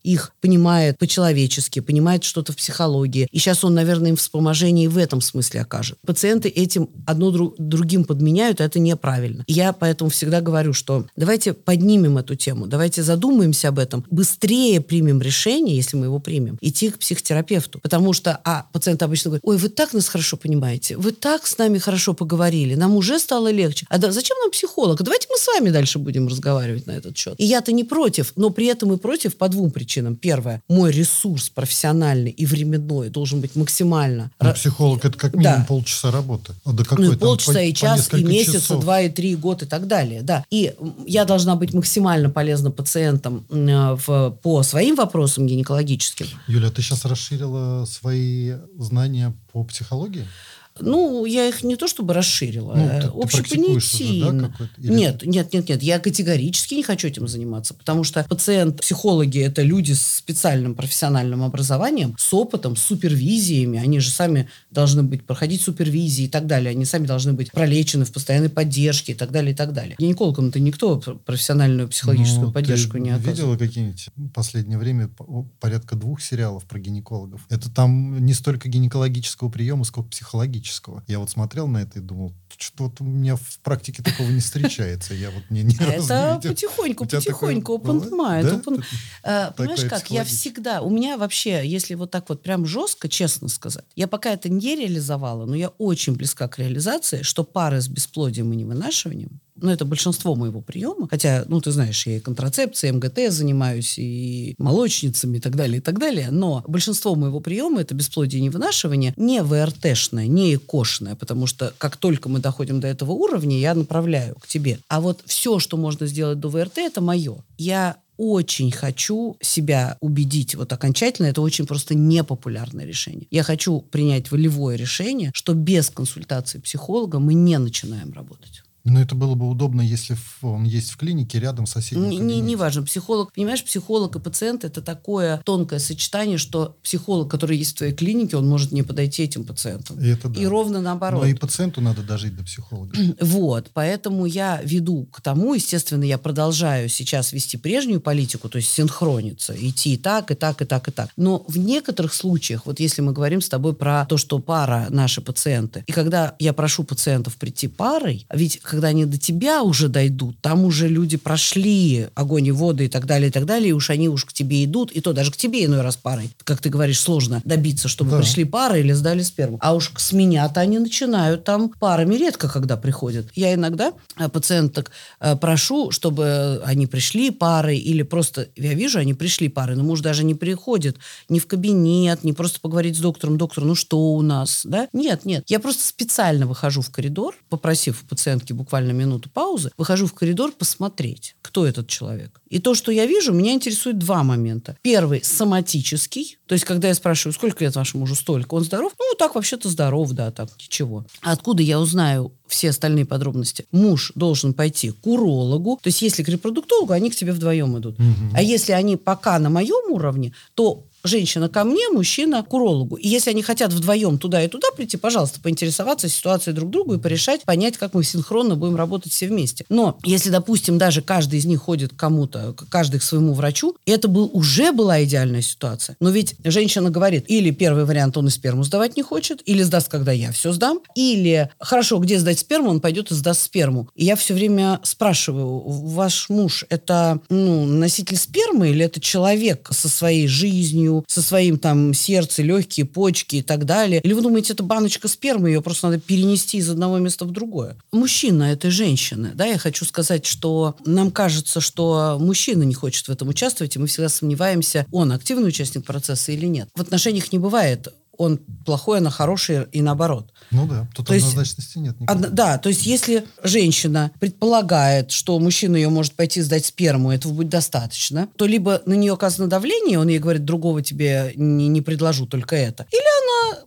их понимает по-человечески, понимает что-то в психологии. И сейчас он, наверное, им вспоможение и в этом смысле окажет. Пациенты этим одно друг, другим подменяют, а это неправильно. И я поэтому всегда говорю, что давайте поднимем эту тему, давайте задумаемся об этом, быстрее примем решение, если мы его примем, идти к психотерапевту. Потому что, а пациент обычно говорит: ой, вы так нас хорошо понимаете, вы так с нами хорошо поговорили, нам уже стало легче. А да, зачем нам психолог? Давайте мы с вами дальше будем разговаривать на этот счет. И я-то не против, но при этом и против по двум причинам. Первое, мой ресурс профессиональный и временной должен быть максимально... Но психолог — это как минимум да. полчаса работы. А до какой, ну и там, полчаса, по, и час, по и месяц, часов. и два, и три, и год, и так далее. Да. И я должна быть максимально полезна пациентам э, в, по своим вопросам гинекологическим. Юля, ты сейчас расширила свои знания по психологии? Ну, я их не то чтобы расширила. Ну, ты, общепонятийно. Ты да, Или... Нет, нет, нет, нет. Я категорически не хочу этим заниматься, потому что пациент, психологи — это люди с специальным профессиональным образованием, с опытом, с супервизиями. Они же сами должны быть, проходить супервизии и так далее. Они сами должны быть пролечены в постоянной поддержке и так далее, и так далее. Гинекологам-то никто профессиональную психологическую ну, поддержку не оказывает. Видела какие-нибудь в последнее время порядка двух сериалов про гинекологов? Это там не столько гинекологического приема, сколько психологического. Я вот смотрел на это и думал, что-то у меня в практике такого не встречается. Я вот не, ни разу это не видел. потихоньку, потихоньку, опенмает. Да? Open... А, понимаешь как, я всегда, у меня вообще, если вот так вот прям жестко, честно сказать, я пока это не реализовала, но я очень близка к реализации, что пары с бесплодием и невынашиванием, ну, это большинство моего приема, хотя, ну, ты знаешь, я и контрацепцией, МГТ занимаюсь, и молочницами, и так далее, и так далее, но большинство моего приема — это бесплодие и невынашивание не ВРТшное, не ЭКОшное, потому что как только мы доходим до этого уровня, я направляю к тебе. А вот все, что можно сделать до ВРТ, это мое. Я очень хочу себя убедить вот окончательно, это очень просто непопулярное решение. Я хочу принять волевое решение, что без консультации психолога мы не начинаем работать. Но это было бы удобно, если он есть в клинике рядом с соседним кабинетом. Не, не важно. Психолог, понимаешь, психолог и пациент — это такое тонкое сочетание, что психолог, который есть в твоей клинике, он может не подойти этим пациентам. И, это да. И ровно наоборот. Но и пациенту надо дожить до психолога. Вот. Поэтому я веду к тому, естественно, я продолжаю сейчас вести прежнюю политику, то есть синхрониться, идти и так, и так, и так, и так. Но в некоторых случаях, вот если мы говорим с тобой про то, что пара — наши пациенты, и когда я прошу пациентов прийти парой, ведь когда они до тебя уже дойдут, там уже люди прошли огонь и воды и так далее, и так далее, и уж они уж к тебе идут, и то даже к тебе иной раз парой, как ты говоришь, сложно добиться, чтобы да. пришли пары или сдали сперму. А уж с меня-то они начинают там парами, редко когда приходят. Я иногда пациенток прошу, чтобы они пришли парой, или просто, я вижу, они пришли парой, но муж даже не приходит ни в кабинет, ни просто поговорить с доктором, доктор, ну что у нас, да? Нет, нет. Я просто специально выхожу в коридор, попросив у пациентки буквально минуту паузы, выхожу в коридор посмотреть, кто этот человек. И то, что я вижу, меня интересует два момента. Первый — соматический, то есть когда я спрашиваю, сколько лет вашему мужу, столько, он здоров? Ну, так вообще-то здоров, да, так, ничего. А откуда я узнаю все остальные подробности? Муж должен пойти к урологу, то есть если к репродуктологу, они к тебе вдвоем идут. Угу. А если они пока на моем уровне, то женщина ко мне, мужчина к урологу. И если они хотят вдвоем туда и туда прийти, пожалуйста, поинтересоваться ситуацией друг другу и порешать, понять, как мы синхронно будем работать все вместе. Но если, допустим, даже каждый из них ходит к кому-то, каждый к своему врачу, это был, уже была идеальная ситуация. Но ведь женщина говорит, или первый вариант, он и сперму сдавать не хочет, или сдаст, когда я все сдам, или, хорошо, где сдать сперму, он пойдет и сдаст сперму. И я все время спрашиваю, ваш муж это ну, носитель спермы или это человек со своей жизнью, со своим там сердцем, легкие, почки и так далее. Или вы думаете, это баночка спермы, ее просто надо перенести из одного места в другое? Мужчина этой женщины, да, я хочу сказать, что нам кажется, что мужчина не хочет в этом участвовать, и мы всегда сомневаемся, он активный участник процесса или нет. В отношениях не бывает он плохой, она хорошая и наоборот. Ну да, тут то однозначности есть, нет. Од, да, то есть если женщина предполагает, что мужчина ее может пойти сдать сперму, этого будет достаточно, то либо на нее оказано давление, он ей говорит, другого тебе не, не предложу, только это. Или она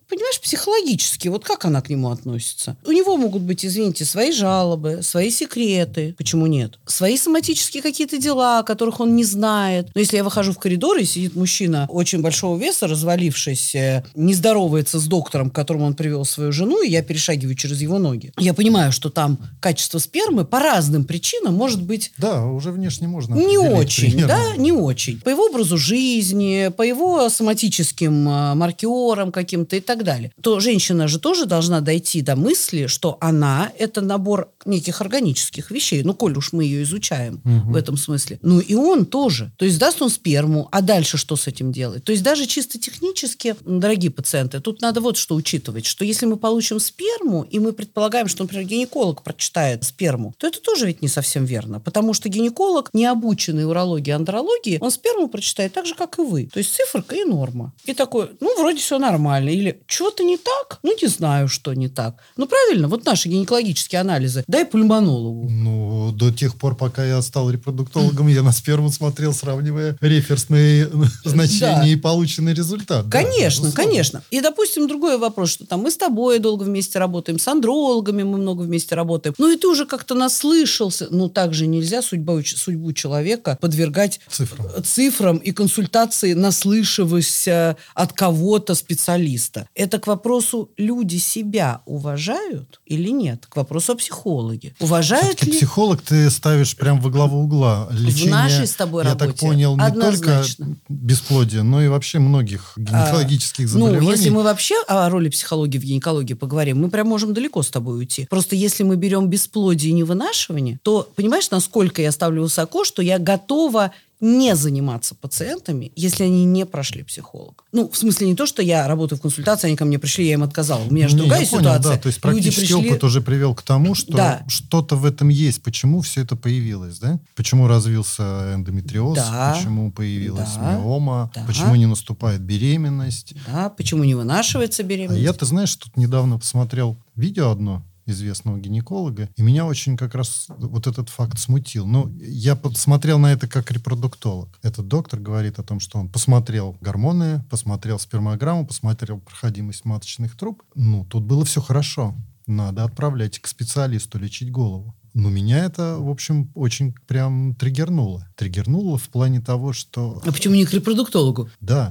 понимаешь, психологически, вот как она к нему относится. У него могут быть, извините, свои жалобы, свои секреты, почему нет? Свои соматические какие-то дела, о которых он не знает. Но если я выхожу в коридор, и сидит мужчина очень большого веса, развалившись, не здоровается с доктором, к которому он привел свою жену, и я перешагиваю через его ноги. Я понимаю, что там качество спермы по разным причинам может быть... Да, уже внешне можно Не очень, примерно. да, не очень. По его образу жизни, по его соматическим а, маркерам каким-то и так далее. То женщина же тоже должна дойти до мысли, что она – это набор неких органических вещей. Ну, коль уж мы ее изучаем угу. в этом смысле. Ну, и он тоже. То есть даст он сперму, а дальше что с этим делать? То есть даже чисто технически, дорогие пациенты, тут надо вот что учитывать, что если мы получим сперму, и мы предполагаем, что, например, гинеколог прочитает сперму, то это тоже ведь не совсем верно. Потому что гинеколог, не обученный урологии, андрологии, он сперму прочитает так же, как и вы. То есть циферка и норма. И такой, ну, вроде все нормально. Или что-то не так? Ну, не знаю, что не так. Ну, правильно, вот наши гинекологические анализы. Дай пульмонологу. Ну, до тех пор, пока я стал репродуктологом, я на сперму смотрел, сравнивая реферсные значения Да. и полученный результат. Конечно, да, конечно. И, допустим, другой вопрос, что там мы с тобой долго вместе работаем, с андрологами мы много вместе работаем. Ну, и ты уже как-то наслышался. Ну, так же нельзя судьбу, судьбу человека подвергать цифрам. цифрам и консультации, наслышавшись от кого-то специалиста. Это к вопросу, люди себя уважают или нет? К вопросу о психологе. Уважают Все-таки ли... психолог ты ставишь прям во главу угла. Лечение, в нашей с тобой я работе так понял, не однозначно. только бесплодие, но и вообще многих гинекологических а, заболеваний. Ну, если мы вообще о роли психологии в гинекологии поговорим, мы прям можем далеко с тобой уйти. Просто если мы берем бесплодие и невынашивание, то понимаешь, насколько я ставлю высоко, что я готова не заниматься пациентами, если они не прошли психолога. Ну, в смысле не то, что я работаю в консультации, они ко мне пришли, я им отказала. У меня же не, другая я ситуация. Понял, да, то есть практический пришли... опыт уже привел к тому, что да. что-то в этом есть. Почему все это появилось, да? Почему развился эндометриоз, да. почему появилась да. миома, да. почему не наступает беременность. Да, почему не вынашивается беременность. А я, ты знаешь, тут недавно посмотрел видео одно известного гинеколога, и меня очень как раз вот этот факт смутил. Ну, я посмотрел на это как репродуктолог. Этот доктор говорит о том, что он посмотрел гормоны, посмотрел спермограмму, посмотрел проходимость маточных труб. Ну, тут было все хорошо. Надо отправлять к специалисту лечить голову. Но меня это, в общем, очень прям триггернуло. Триггернуло в плане того, что... А почему не к репродуктологу? Да.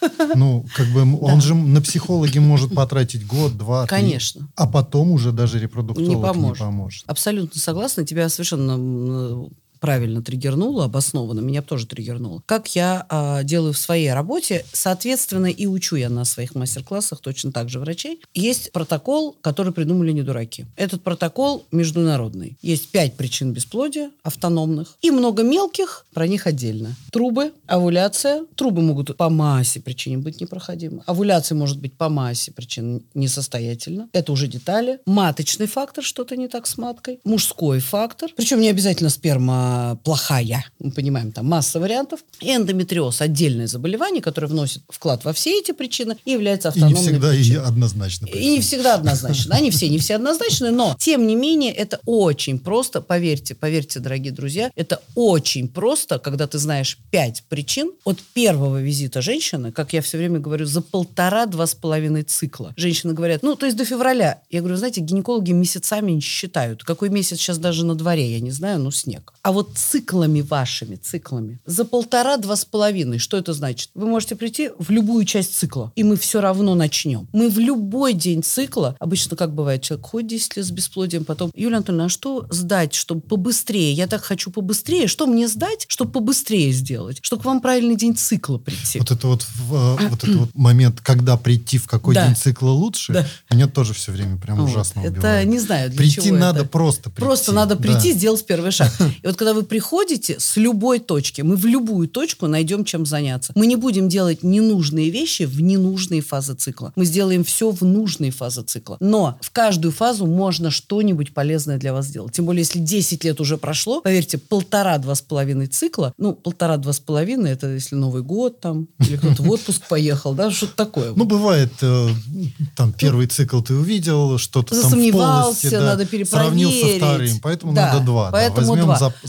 Ну, как бы он же на психологе может потратить год, два, три. Конечно. А потом уже даже репродуктолог не поможет. Не поможет. Абсолютно согласна. Тебя совершенно... правильно триггернуло, обоснованно, меня тоже триггернуло. Как я а, делаю в своей работе, соответственно, и учу я на своих мастер-классах точно так же врачей. Есть протокол, который придумали не дураки. Этот протокол международный. Есть пять причин бесплодия, автономных, и много мелких, про них отдельно. Трубы, овуляция. Трубы могут по массе причин быть непроходимы. Овуляция может быть по массе причин несостоятельна. Это уже детали. Маточный фактор, что-то не так с маткой. Мужской фактор. Причем не обязательно сперма плохая, мы понимаем, там масса вариантов. Эндометриоз – отдельное заболевание, которое вносит вклад во все эти причины и является автономной причиной. И не всегда причиной. и однозначно. И не всегда однозначно. Они все не все однозначны, но, тем не менее, это очень просто, поверьте, поверьте, дорогие друзья, это очень просто, когда ты знаешь пять причин от первого визита женщины, как я все время говорю, за полтора-два с половиной цикла. Женщины говорят, ну, то есть до февраля. Я говорю, знаете, гинекологи месяцами не считают. Какой месяц сейчас даже на дворе, я не знаю, ну, снег. А вот циклами вашими, циклами, за полтора-два с половиной, что это значит? Вы можете прийти в любую часть цикла, и мы все равно начнем. Мы в любой день цикла, обычно как бывает, человек ходит десять лет с бесплодием, потом, Юлия Анатольевна, а что сдать, чтобы побыстрее? Я так хочу побыстрее. Что мне сдать, чтобы побыстрее сделать? Чтобы к вам правильный день цикла прийти. Вот это вот, вот этот вот момент, когда прийти, в какой да. день цикла лучше, да. меня тоже все время прям вот. ужасно это убивает. Это не знаю, для прийти чего надо это. просто прийти. Просто надо прийти, да. сделать первый шаг. И вот когда вы приходите с любой точки, мы в любую точку найдем чем заняться. Мы не будем делать ненужные вещи в ненужные фазы цикла. Мы сделаем все в нужные фазы цикла. Но в каждую фазу можно что-нибудь полезное для вас сделать. Тем более, если десять лет уже прошло, поверьте, полтора-два с половиной цикла, ну, полтора-два с половиной, это если Новый год там, или кто-то в отпуск поехал, да, что-то такое. Ну, бывает, э, там, первый цикл ты увидел, что-то там в полости, да, надо перепроверить. сравнил со вторым, поэтому да, надо два. Поэтому да. Возьмем два. За,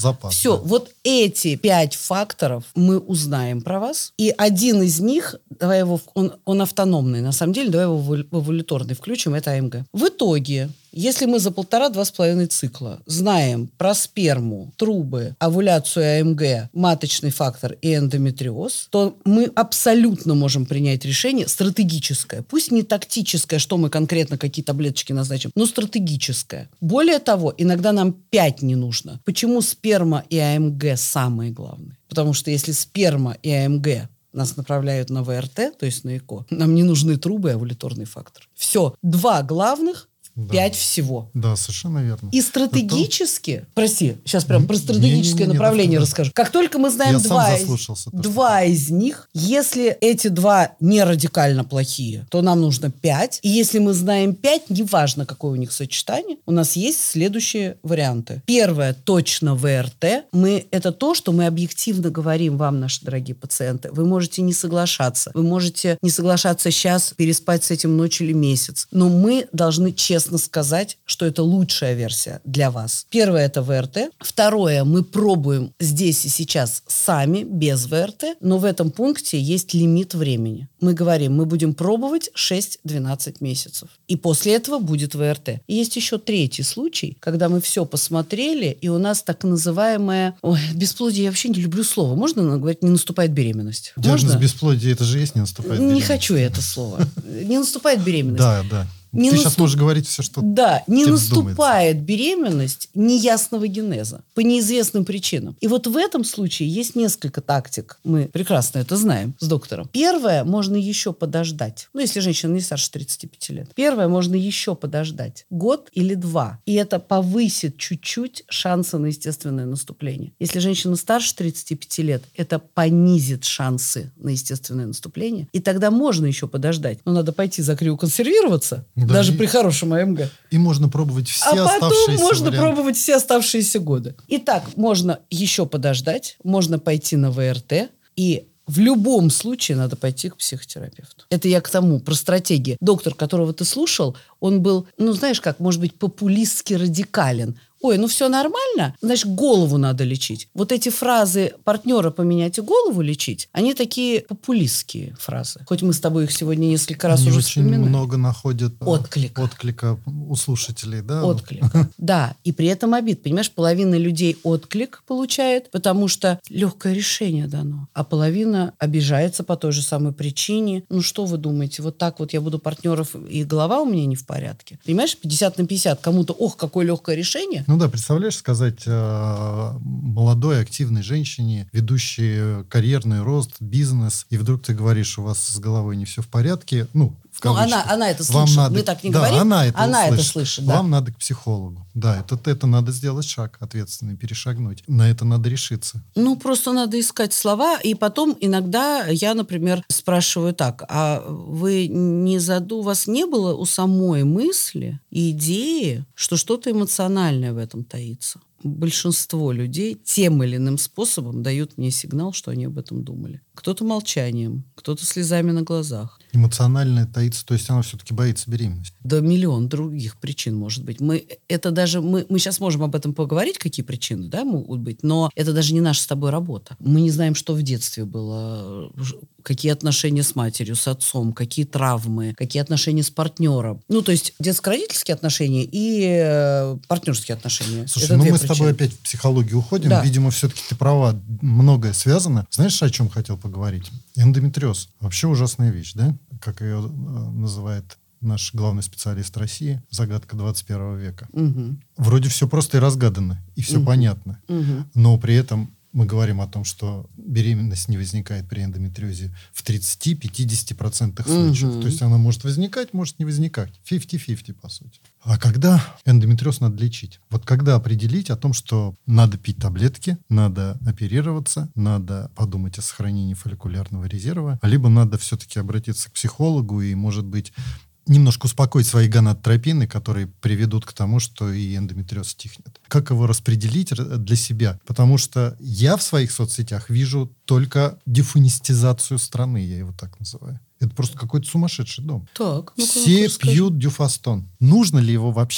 запас. Все, да. вот эти пять факторов мы узнаем про вас. И один из них, давай его, он, он автономный, на самом деле, давай его в овуляторный включим, это АМГ. В итоге, если мы за полтора-два с половиной цикла знаем про сперму, трубы, овуляцию АМГ, маточный фактор и эндометриоз, то мы абсолютно можем принять решение стратегическое. Пусть не тактическое, что мы конкретно, какие таблеточки назначим, но стратегическое. Более того, иногда нам пять не нужно. Почему сперма и АМГ самые главные? Потому что если сперма и АМГ нас направляют на ВРТ, то есть на ЭКО, нам не нужны трубы и овуляторный фактор. Все, два главных, Да. пять всего. Да, совершенно верно. И стратегически, это... прости, сейчас прям про Не, стратегическое не, не, не, направление да, расскажу. Как только мы знаем Я два, сам из, заслушался, то, два из них, если эти два не радикально плохие, то нам нужно пять. И если мы знаем пять, неважно, какое у них сочетание, у нас есть следующие варианты. Первое, точно ВРТ. Мы, это то, что мы объективно говорим вам, наши дорогие пациенты. Вы можете не соглашаться. Вы можете не соглашаться сейчас, переспать с этим ночь или месяц. Но мы должны честно сказать, что это лучшая версия для вас. Первое – это ВРТ. Второе – мы пробуем здесь и сейчас сами, без ВРТ, но в этом пункте есть лимит времени. Мы говорим, мы будем пробовать шесть-двенадцать месяцев. И после этого будет ВРТ. И есть еще третий случай, когда мы все посмотрели, и у нас так называемое... Ой, бесплодие, я вообще не люблю слово. Можно говорить, не наступает беременность? Диагноз Можно? бесплодия, это же есть, не наступает беременность. Не хочу я это слово. Не наступает беременность. Да, да. Не Ты наступ... сейчас можешь говорить все, что Да, не тебе наступает беременность неясного генеза по неизвестным причинам. И вот в этом случае есть несколько тактик. Мы прекрасно это знаем с доктором. Первое, можно еще подождать. Ну, если женщина не старше тридцати пяти лет. Первое, можно еще подождать. Год или два. И это повысит чуть-чуть шансы на естественное наступление. Если женщина старше тридцати пяти лет, это понизит шансы на естественное наступление. И тогда можно еще подождать. Но надо пойти за криоконсервироваться. Да, даже и, при хорошем АМГ. И можно пробовать все а оставшиеся потом можно варианты. пробовать все оставшиеся годы. Итак, можно еще подождать, можно пойти на ВРТ, и в любом случае надо пойти к психотерапевту. Это я к тому, про стратегии. Доктор, которого ты слушал, он был, ну, знаешь как, может быть, популистски радикален. Ой, ну все нормально, значит, голову надо лечить. Вот эти фразы партнера поменять и голову лечить, они такие популистские фразы. Хоть мы с тобой их сегодня несколько раз они уже очень вспоминали. много находят отклика. отклика у слушателей, да? Отклика. Да, и при этом обид. Понимаешь, половина людей отклик получает, потому что легкое решение дано, а половина обижается по той же самой причине. Ну что вы думаете, вот так вот я буду партнеров, и голова у меня не в порядке? Понимаешь, пятьдесят на пятьдесят. Кому-то, ох, какое легкое решение. Ну да, представляешь, сказать э, молодой, активной женщине, ведущей карьерный рост, бизнес, и вдруг ты говоришь, у вас с головой не все в порядке, ну, в Ну, кавычках. она, она это Вам слышит. надо... Мы так не да, говорим. Она это она слышит. это слышит, да. Вам надо к психологу. Да, это, это надо сделать шаг ответственный, перешагнуть. На это надо решиться. Ну, просто надо искать слова, и потом иногда я, например, спрашиваю так, а вы не заду, у вас не было у самой мысли, идеи, что что-то эмоциональное в этом таится? Большинство людей тем или иным способом дают мне сигнал, что они об этом думали. Кто-то молчанием, кто-то слезами на глазах. Эмоциональное таится, то есть она все-таки боится беременности. Да миллион других причин может быть. Мы, это даже, мы, мы сейчас можем об этом поговорить, какие причины, да, могут быть, но это даже не наша с тобой работа. Мы не знаем, что в детстве было, какие отношения с матерью, с отцом, какие травмы, какие отношения с партнером. Ну, то есть детско-родительские отношения и э, партнерские отношения. Слушай, это ну две мы причины. с тобой опять в психологию уходим. Да. Видимо, все-таки ты права. Многое связано. Знаешь, о чем хотел поговорить? Эндометриоз. Вообще ужасная вещь, да? Как ее э, называет наш главный специалист России, загадка двадцать первого века. Угу. Вроде все просто и разгадано, и все Угу. понятно. Угу. Но при этом мы говорим о том, что беременность не возникает при эндометриозе в тридцать-пятьдесят процентов случаев. Угу. То есть она может возникать, может не возникать. пятьдесят-пятьдесят, по сути. А когда эндометриоз надо лечить? Вот когда определить о том, что надо пить таблетки, надо оперироваться, надо подумать о сохранении фолликулярного резерва, либо надо все-таки обратиться к психологу и, может быть, немножко успокоить свои гонадотропины, которые приведут к тому, что и эндометриоз стихнет. Как его распределить для себя? Потому что я в своих соцсетях вижу только дефунистизацию страны, я его так называю. Это просто какой-то сумасшедший дом. Так, ну-ка, Все ну-ка, расскажи. пьют дюфастон. Нужно ли его вообще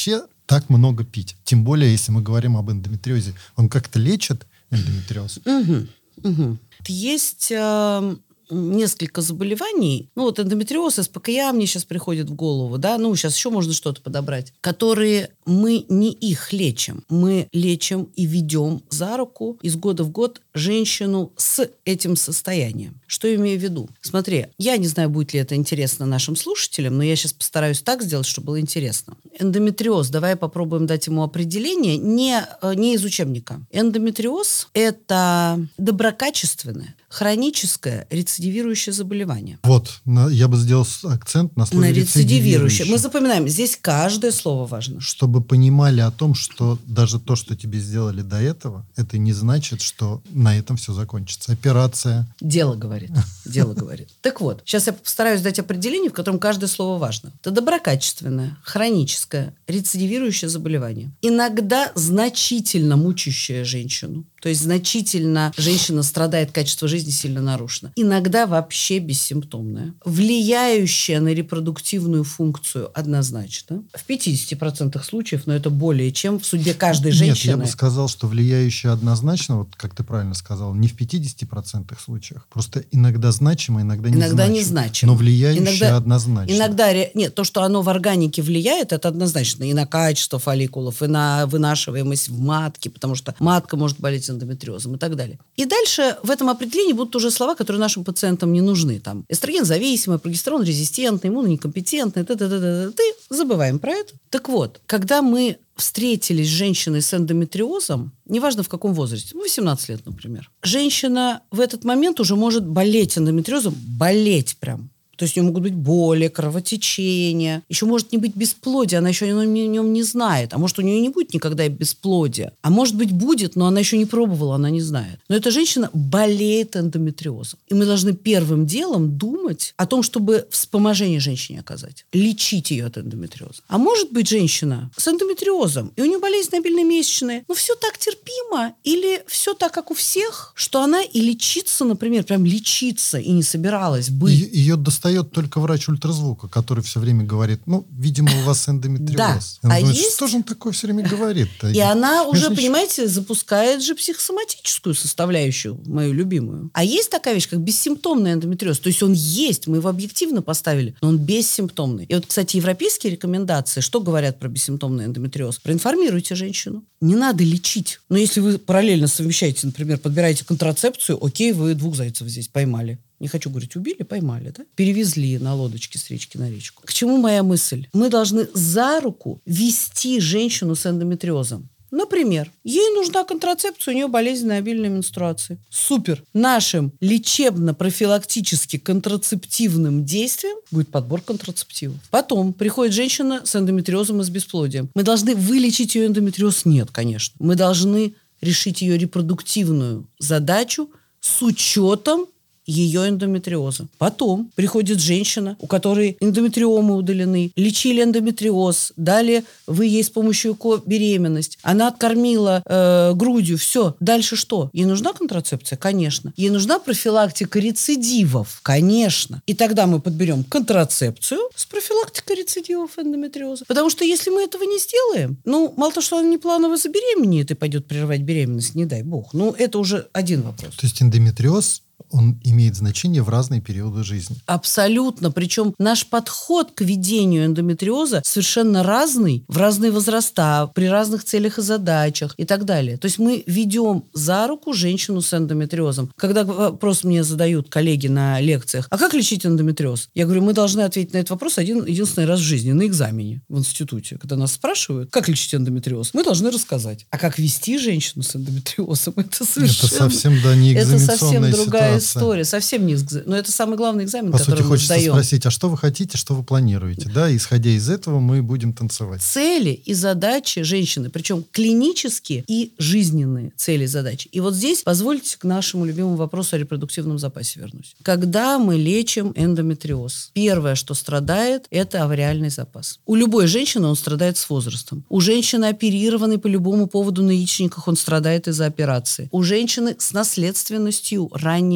так много пить. Тем более, если мы говорим об эндометриозе. Он как-то лечит эндометриоз? Угу, угу. Есть э, несколько заболеваний. Ну, вот эндометриоз, СПКЯ мне сейчас приходит в голову, да, ну, сейчас еще можно что-то подобрать, которые мы не их лечим. Мы лечим и ведем за руку из года в год женщину с этим состоянием. Что я имею в виду? Смотри, я не знаю, будет ли это интересно нашим слушателям, но я сейчас постараюсь так сделать, чтобы было интересно. Эндометриоз, давай попробуем дать ему определение не, не из учебника. Эндометриоз – это доброкачественное, хроническое, рецидивирующее заболевание. Вот, на, я бы сделал акцент на слове на рецидивирующее. рецидивирующее. Мы запоминаем, здесь каждое слово важно. Чтобы понимали о том, что даже то, что тебе сделали до этого, это не значит, что на этом все закончится. Операция. Дело говорит. Дело говорит. Так вот, сейчас я постараюсь дать определение, в котором каждое слово важно. Это доброкачественное, хроническое, рецидивирующее заболевание. Иногда значительно мучающее женщину. То есть значительно женщина страдает, качество жизни сильно нарушено. Иногда вообще бессимптомное. Влияющее на репродуктивную функцию однозначно. В пятидесяти процентах случаев, но это более чем в судьбе каждой женщины. Нет, я бы сказал, что влияющее однозначно, вот как ты правильно сказал, не в пятидесяти процентах случаях. Просто иногда значимо, иногда не Иногда значимо. не значимо. Но влияющее иногда, однозначно. Иногда, нет, то, что оно в органике влияет, это однозначно и на качество фолликулов, и на вынашиваемость в матке, потому что матка может болеть эндометриозом и так далее. И дальше в этом определении будут уже слова, которые нашим пациентам не нужны. Там эстроген-зависимый, прогестерон-резистентный, иммунонекомпетентный, т-т-т-т-т. Забываем про это. Так вот, когда мы встретились с женщиной с эндометриозом, неважно в каком возрасте, ну, восемнадцать лет, например, женщина в этот момент уже может болеть эндометриозом, болеть прям. То есть у нее могут быть боли, кровотечения. Еще может не быть бесплодия, она еще о нем не знает. А может, у нее не будет никогда и бесплодия. А может быть, будет, но она еще не пробовала, она не знает. Но эта женщина болеет эндометриозом. И мы должны первым делом думать о том, чтобы вспоможение женщине оказать. Лечить ее от эндометриоза. А может быть, женщина с эндометриозом, и у нее болезнь обильные месячные, но все так терпимо, или все так, как у всех, что она и лечиться, например, прям лечиться и не собиралась быть. Ее, ее достаточно только врач ультразвука, который все время говорит, ну, видимо, у вас эндометриоз. Да. А думает, есть... что же он такое все время говорит? И она уже, Значит... понимаете, запускает же психосоматическую составляющую, мою любимую. А есть такая вещь, как бессимптомный эндометриоз. То есть он есть, мы его объективно поставили, но он бессимптомный. И вот, кстати, европейские рекомендации, что говорят про бессимптомный эндометриоз? Проинформируйте женщину. Не надо лечить. Но если вы параллельно совмещаете, например, подбираете контрацепцию, окей, вы двух зайцев здесь поймали. Не хочу говорить, убили, поймали, да? Перевезли на лодочке с речки на речку. К чему моя мысль? Мы должны за руку вести женщину с эндометриозом. Например, ей нужна контрацепция, у нее болезнь на обильной менструации. Супер! Нашим лечебно-профилактически контрацептивным действием будет подбор контрацептивов. Потом приходит женщина с эндометриозом и с бесплодием. Мы должны вылечить ее эндометриоз? Нет, конечно. Мы должны решить ее репродуктивную задачу с учетом ее эндометриоза. Потом приходит женщина, у которой эндометриомы удалены, лечили эндометриоз, дали вы ей с помощью ЭКО беременность, она откормила э, грудью, все. Дальше что? Ей нужна контрацепция? Конечно. Ей нужна профилактика рецидивов? Конечно. И тогда мы подберем контрацепцию с профилактикой рецидивов эндометриоза. Потому что если мы этого не сделаем, ну, мало того, что она непланово забеременеет и пойдет прерывать беременность, не дай бог, ну, это уже один вопрос. То есть эндометриоз, он имеет значение в разные периоды жизни. Абсолютно. Причем наш подход к ведению эндометриоза совершенно разный в разные возраста, при разных целях и задачах и так далее. То есть мы ведем за руку женщину с эндометриозом. Когда вопрос мне задают коллеги на лекциях, а как лечить эндометриоз? Я говорю, мы должны ответить на этот вопрос один единственный раз в жизни, на экзамене в институте. Когда нас спрашивают, как лечить эндометриоз, мы должны рассказать. А как вести женщину с эндометриозом? Это совершенно... Это совсем, да, не экзаменационная Это совсем другая ситуация. история, совсем не... Но это самый главный экзамен, По который сути, мы хочется сдаем. спросить, а что вы хотите, что вы планируете? Да, исходя из этого мы будем танцевать. Цели и задачи женщины, причем клинические и жизненные цели и задачи. И вот здесь позвольте к нашему любимому вопросу о репродуктивном запасе вернусь. Когда мы лечим эндометриоз, первое, что страдает, это авариальный запас. У любой женщины он страдает с возрастом. У женщины, оперированной по любому поводу на яичниках, он страдает из-за операции. У женщины с наследственностью ранней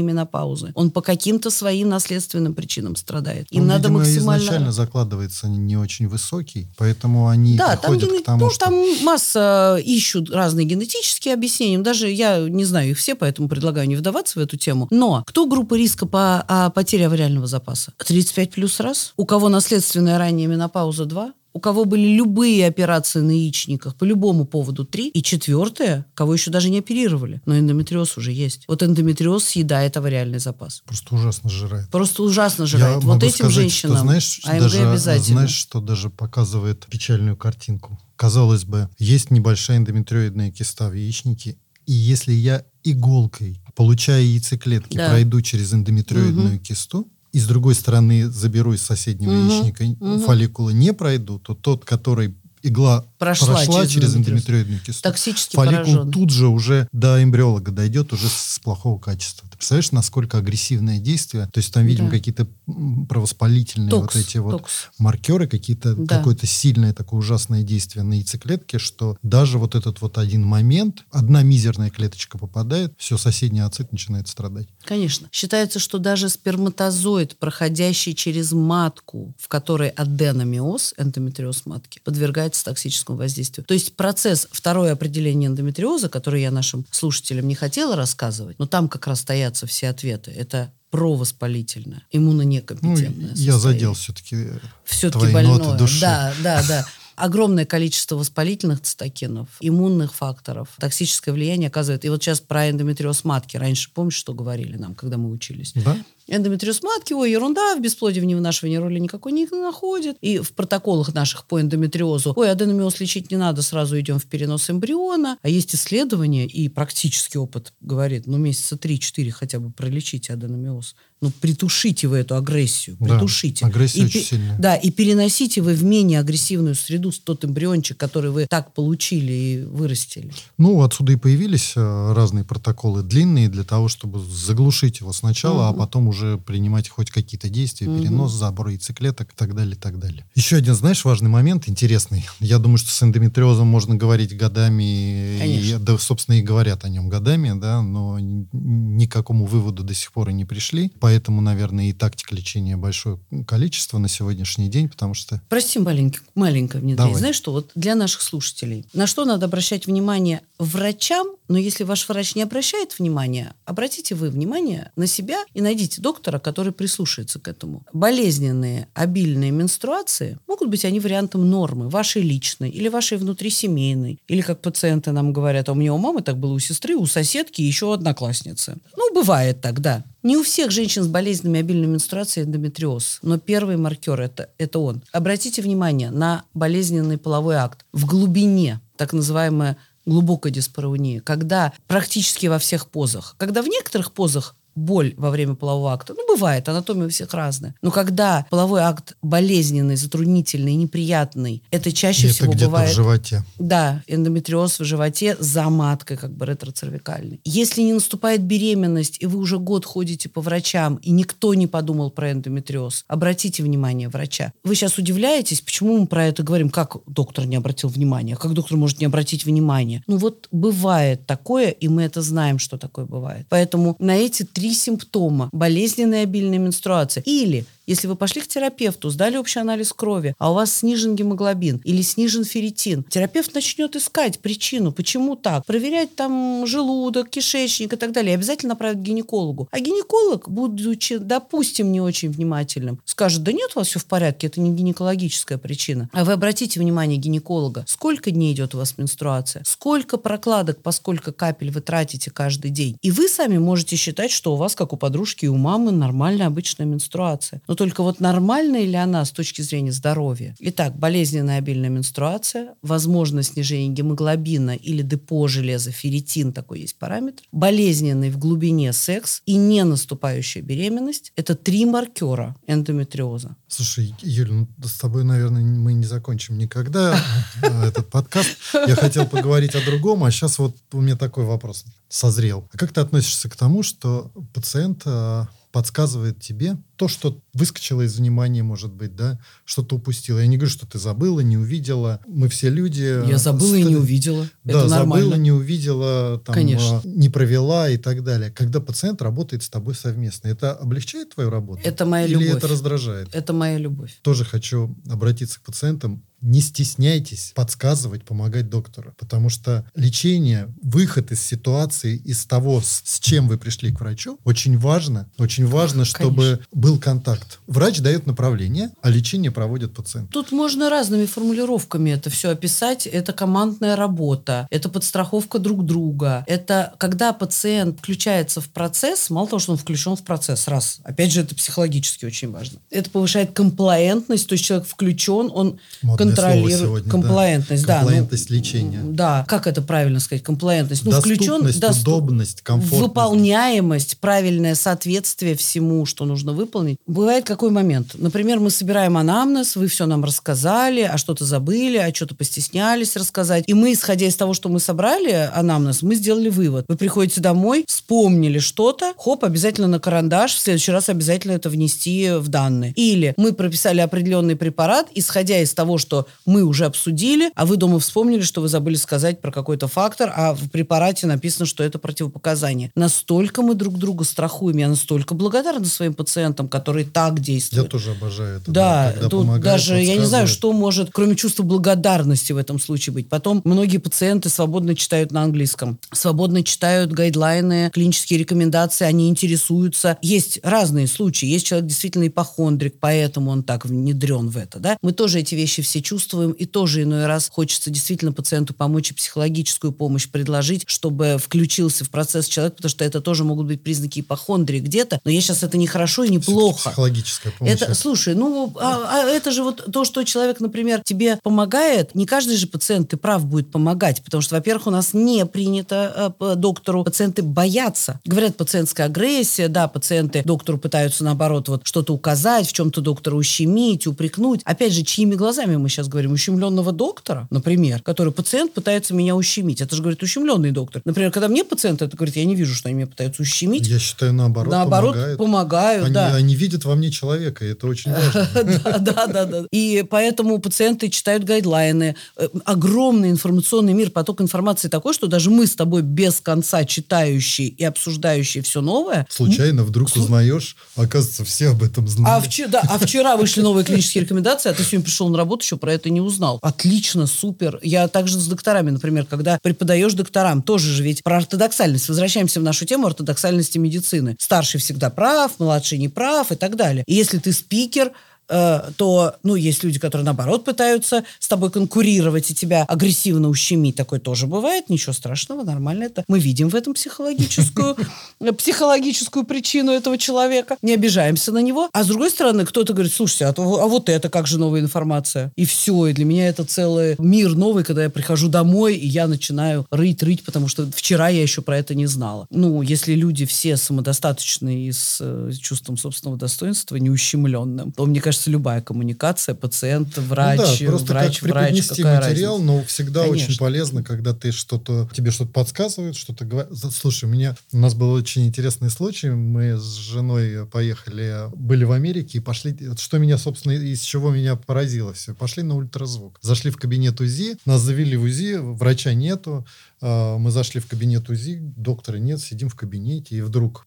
ранней менопаузы. Он по каким-то своим наследственным причинам страдает. Им Он, надо видимо, максимально... изначально закладывается не очень высокий, поэтому они да, приходят там, к тому, ну, что... там масса ищут разные генетические объяснения. Даже я не знаю их все, поэтому предлагаю не вдаваться в эту тему. Но кто группа риска по а, потере авариального запаса? тридцать пять плюс раз. У кого наследственная ранняя менопауза два. У кого были любые операции на яичниках по любому поводу три. И четвертое, кого еще даже не оперировали. Но эндометриоз уже есть. Вот эндометриоз съедает авариальный запас. Просто ужасно жирает. Просто ужасно жирает. Я вот могу этим сказать, женщинам что, знаешь, АМГ даже, обязательно. знаешь, что даже показывает печальную картинку. Казалось бы, есть небольшая эндометриоидная киста в яичнике, и если я иголкой, получая яйцеклетки, да. пройду через эндометриоидную угу. кисту, и с другой стороны заберу из соседнего угу. яичника угу. фолликула, не пройду, то тот, который игла прошла, прошла через, через эндометриоидную кисту, токсически фолликул поражен. Тут же уже до эмбриолога дойдет уже с плохого качества. Ты представляешь, насколько агрессивное действие? То есть там, видимо, да. какие-то провоспалительные токс, вот эти вот токс. маркеры, какие-то, да. какое-то сильное такое ужасное действие на яйцеклетке, что даже вот этот вот один момент, одна мизерная клеточка попадает, все, соседний ацит начинает страдать. Конечно. Считается, что даже сперматозоид, проходящий через матку, в которой аденомиоз, эндометриоз матки, подвергается токсическому воздействию. То есть процесс, второе определение эндометриоза, которое я нашим слушателям не хотела рассказывать, но там как раз стоятся все ответы. Это провоспалительное, иммунонекомпетентное ну, я задел все-таки все-таки твои больное. ноты души. Да, да, да. Огромное количество воспалительных цитокинов, иммунных факторов, токсическое влияние оказывает. И вот сейчас про эндометриоз матки. Раньше, помнишь, что говорили нам, когда мы учились? Да. Эндометриоз матки, ой, ерунда, в бесплодии в невынашивании роли никакой не находит. И в протоколах наших по эндометриозу, ой, аденомиоз лечить не надо, сразу идем в перенос эмбриона. А есть исследования, и практический опыт говорит, ну, месяца три-четыре хотя бы пролечите аденомиоз. Ну, притушите вы эту агрессию, притушите. Да, агрессия и, очень сильная. Да, и переносите вы в менее агрессивную среду тот эмбриончик, который вы так получили и вырастили. Ну, отсюда и появились э, разные протоколы длинные для того, чтобы заглушить его сначала, угу. а потом уже принимать хоть какие-то действия, угу. перенос, забор яйцеклеток и так далее, и так далее. Еще один, знаешь, важный момент, интересный. Я думаю, что с эндометриозом можно говорить годами. Конечно. И, да, собственно, и говорят о нем годами, да, но ни к какому выводу до сих пор и не пришли. Поэтому, наверное, и тактик лечения большое количество на сегодняшний день, потому что... Прости, маленький, маленькое внедрение. Давай. Знаешь, что вот для наших слушателей, на что надо обращать внимание врачам, но если ваш врач не обращает внимания, обратите вы внимание на себя и найдите доктора, который прислушается к этому. Болезненные, обильные менструации, могут быть они вариантом нормы, вашей личной или вашей внутрисемейной, или, как пациенты нам говорят, а у меня у мамы так было, у сестры, у соседки, еще одноклассницы. Ну, бывает так, да. Не у всех женщин с болезненными обильными менструациями эндометриоз, но первый маркер это, это он. Обратите внимание на болезненный половой акт в глубине, так называемая глубокая диспарауния, когда практически во всех позах, когда в некоторых позах боль во время полового акта, ну, бывает, анатомия у всех разная. Но когда половой акт болезненный, затруднительный, неприятный, это чаще это всего где-то бывает... в животе. Да, эндометриоз в животе за маткой, как бы ретроцервикальный. Если не наступает беременность, и вы уже год ходите по врачам, и никто не подумал про эндометриоз, обратите внимание врача. Вы сейчас удивляетесь, почему мы про это говорим, как доктор не обратил внимания, как доктор может не обратить внимания. Ну вот бывает такое, и мы это знаем, что такое бывает. Поэтому на эти три Три симптома болезненной обильной менструации. Или, если вы пошли к терапевту, сдали общий анализ крови, а у вас снижен гемоглобин или снижен ферритин, терапевт начнет искать причину, почему так. Проверять там желудок, кишечник и так далее. И обязательно направит к гинекологу. А гинеколог, будучи, допустим, не очень внимательным, скажет, да нет, у вас все в порядке, это не гинекологическая причина. А вы обратите внимание гинеколога, сколько дней идет у вас менструация, сколько прокладок, по сколько капель вы тратите каждый день. И вы сами можете считать, что у вас, как у подружки и у мамы, нормальная обычная менструация. Но только вот нормальная ли она с точки зрения здоровья? Итак, болезненная обильная менструация, возможно снижение гемоглобина или депо железа, ферритин, такой есть параметр, болезненный в глубине секс и не наступающая беременность – это три маркера эндометриоза. Слушай, Юль, ну, с тобой, наверное, мы не закончим никогда этот подкаст. Я хотел поговорить о другом, а сейчас вот у меня такой вопрос созрел. А как ты относишься к тому, что пациент подсказывает тебе то, что выскочило из внимания, может быть, да, что-то упустила. Я не говорю, что ты забыла, не увидела. Мы все люди. Я забыла и не увидела. Да, это нормально. забыла, не увидела, там, Конечно. не провела и так далее. Когда пациент работает с тобой совместно, это облегчает твою работу? Это моя Или любовь. это раздражает? Это моя любовь. Тоже хочу обратиться к пациентам. Не стесняйтесь подсказывать, помогать доктору. Потому что лечение, выход из ситуации, из того, с, с чем вы пришли к врачу, очень важно. Очень важно, чтобы Конечно. был контакт. Врач дает направление, а лечение проводит пациент. Тут можно разными формулировками это все описать. Это командная работа, это подстраховка друг друга. Это когда пациент включается в процесс, мало того, что он включен в процесс, раз. Опять же, это психологически очень важно. Это повышает комплаентность, то есть человек включен, он Модное контролирует. слово сегодня, Комплаентность, да. Комплаентность ну, лечения. Да, как это правильно сказать? Комплаентность. Ну, Доступность, включен, удобность, комфортность. Выполняемость, правильное соответствие всему, что нужно выполнить. Бывает какой момент? Например, мы собираем анамнез, вы все нам рассказали, а что-то забыли, а что-то постеснялись рассказать. И мы, исходя из того, что мы собрали анамнез, мы сделали вывод. Вы приходите домой, вспомнили что-то, хоп, обязательно на карандаш, в следующий раз обязательно это внести в данные. Или мы прописали определенный препарат, исходя из того, что мы уже обсудили, а вы дома вспомнили, что вы забыли сказать про какой-то фактор, а в препарате написано, что это противопоказание. Настолько мы друг друга страхуем. Я настолько благодарна своим пациентам, которые так действуют. Я тоже обожаю это. Да, да, тут даже я не знаю, что может, кроме чувства благодарности в этом случае быть. Потом многие пациенты свободно читают на английском, свободно читают гайдлайны, клинические рекомендации, они интересуются. Есть разные случаи. Есть человек действительно ипохондрик, поэтому он так внедрен в это. Да? Мы тоже эти вещи все чувствуем, и тоже иной раз хочется действительно пациенту помочь и психологическую помощь предложить, чтобы включился в процесс человек, потому что это тоже могут быть признаки ипохондрии где-то, но я сейчас это не хорошо и не плохо. Психологическая помощь. Это, слушай, ну, а, а это же вот то, что человек, например, тебе помогает, не каждый же пациент, ты прав, будет помогать, потому что, во-первых, у нас не принято э, доктору, пациенты боятся. Говорят, пациентская агрессия, да, пациенты доктору пытаются, наоборот, вот что-то указать, в чем-то доктора ущемить, упрекнуть. Опять же, чьими глазами мы сейчас говорим? Ущемленного доктора, например, который пациент пытается меня ущемить. Это же, говорит, ущемленный доктор. Например, когда мне пациент это говорит, я не вижу, что они меня пытаются ущемить. Я считаю, наоборот, Наоборот, помогают. помогают, они, да. Они видят во мне человека, и это очень важно. Да, да, да, да. И поэтому пациенты читают гайдлайны. Огромный информационный мир, поток информации такой, что даже мы с тобой без конца читающие и обсуждающие все новое. Случайно вдруг узнаешь, оказывается, все об этом знали. А, вчера, да, а вчера вышли новые клинические рекомендации, а ты сегодня пришел на работу, еще про это не узнал. Отлично, супер. Я также с докторами, например, когда преподаешь докторам, тоже же ведь про ортодоксальность. Возвращаемся в нашу тему ортодоксальности медицины. Старший всегда прав, младший не прав и так далее. И если ты спикер, то, ну, есть люди, которые, наоборот, пытаются с тобой конкурировать и тебя агрессивно ущемить. Такое тоже бывает. Ничего страшного, нормально это. Мы видим в этом психологическую, психологическую причину этого человека. Не обижаемся на него. А с другой стороны, кто-то говорит, слушайте, а, то, а вот это как же новая информация? И все. И для меня это целый мир новый, когда я прихожу домой, и я начинаю рыть-рыть, потому что вчера я еще про это не знала. Ну, если люди все самодостаточные и с э, чувством собственного достоинства, неущемленным, то, мне кажется, любая коммуникация, пациент, врач, ну да, просто врач, как врач, преподнести какая материал, разница? но всегда Конечно. очень полезно, когда ты что-то, тебе что-то подсказывают, что-то говорят. Слушай, у меня, у нас был очень интересный случай, мы с женой поехали, были в Америке и пошли, вот что меня, собственно, из чего меня поразило все, пошли на ультразвук. Зашли в кабинет УЗИ, нас завели в УЗИ, врача нету, мы зашли в кабинет УЗИ, доктора нет, сидим в кабинете, и вдруг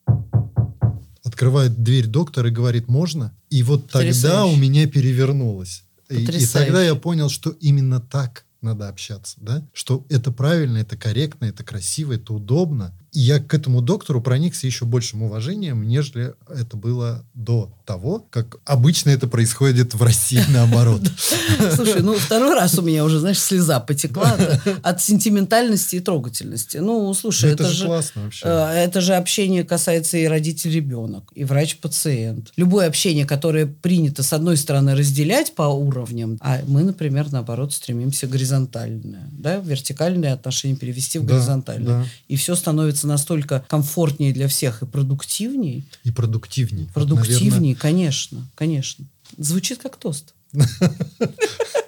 открывает дверь доктор и говорит, можно? И вот Потрясающе. тогда у меня перевернулось. И, и тогда я понял, что именно так надо общаться, да? Что это правильно, это корректно, это красиво, это удобно. И я к этому доктору проникся еще большим уважением, нежели это было до того, как обычно это происходит в России наоборот. Слушай, ну второй раз у меня уже, знаешь, слеза потекла от сентиментальности и трогательности. Ну, слушай, это же классно вообще. Это же общение касается и родитель-ребенок, и врач-пациент. Любое общение, которое принято, с одной стороны, разделять по уровням, а мы, например, наоборот, стремимся горизонтальное, да, вертикальное отношение перевести в горизонтальное. И все становится настолько комфортнее для всех и продуктивнее. И продуктивнее. Продуктивнее, вот, конечно, конечно. Звучит как тост.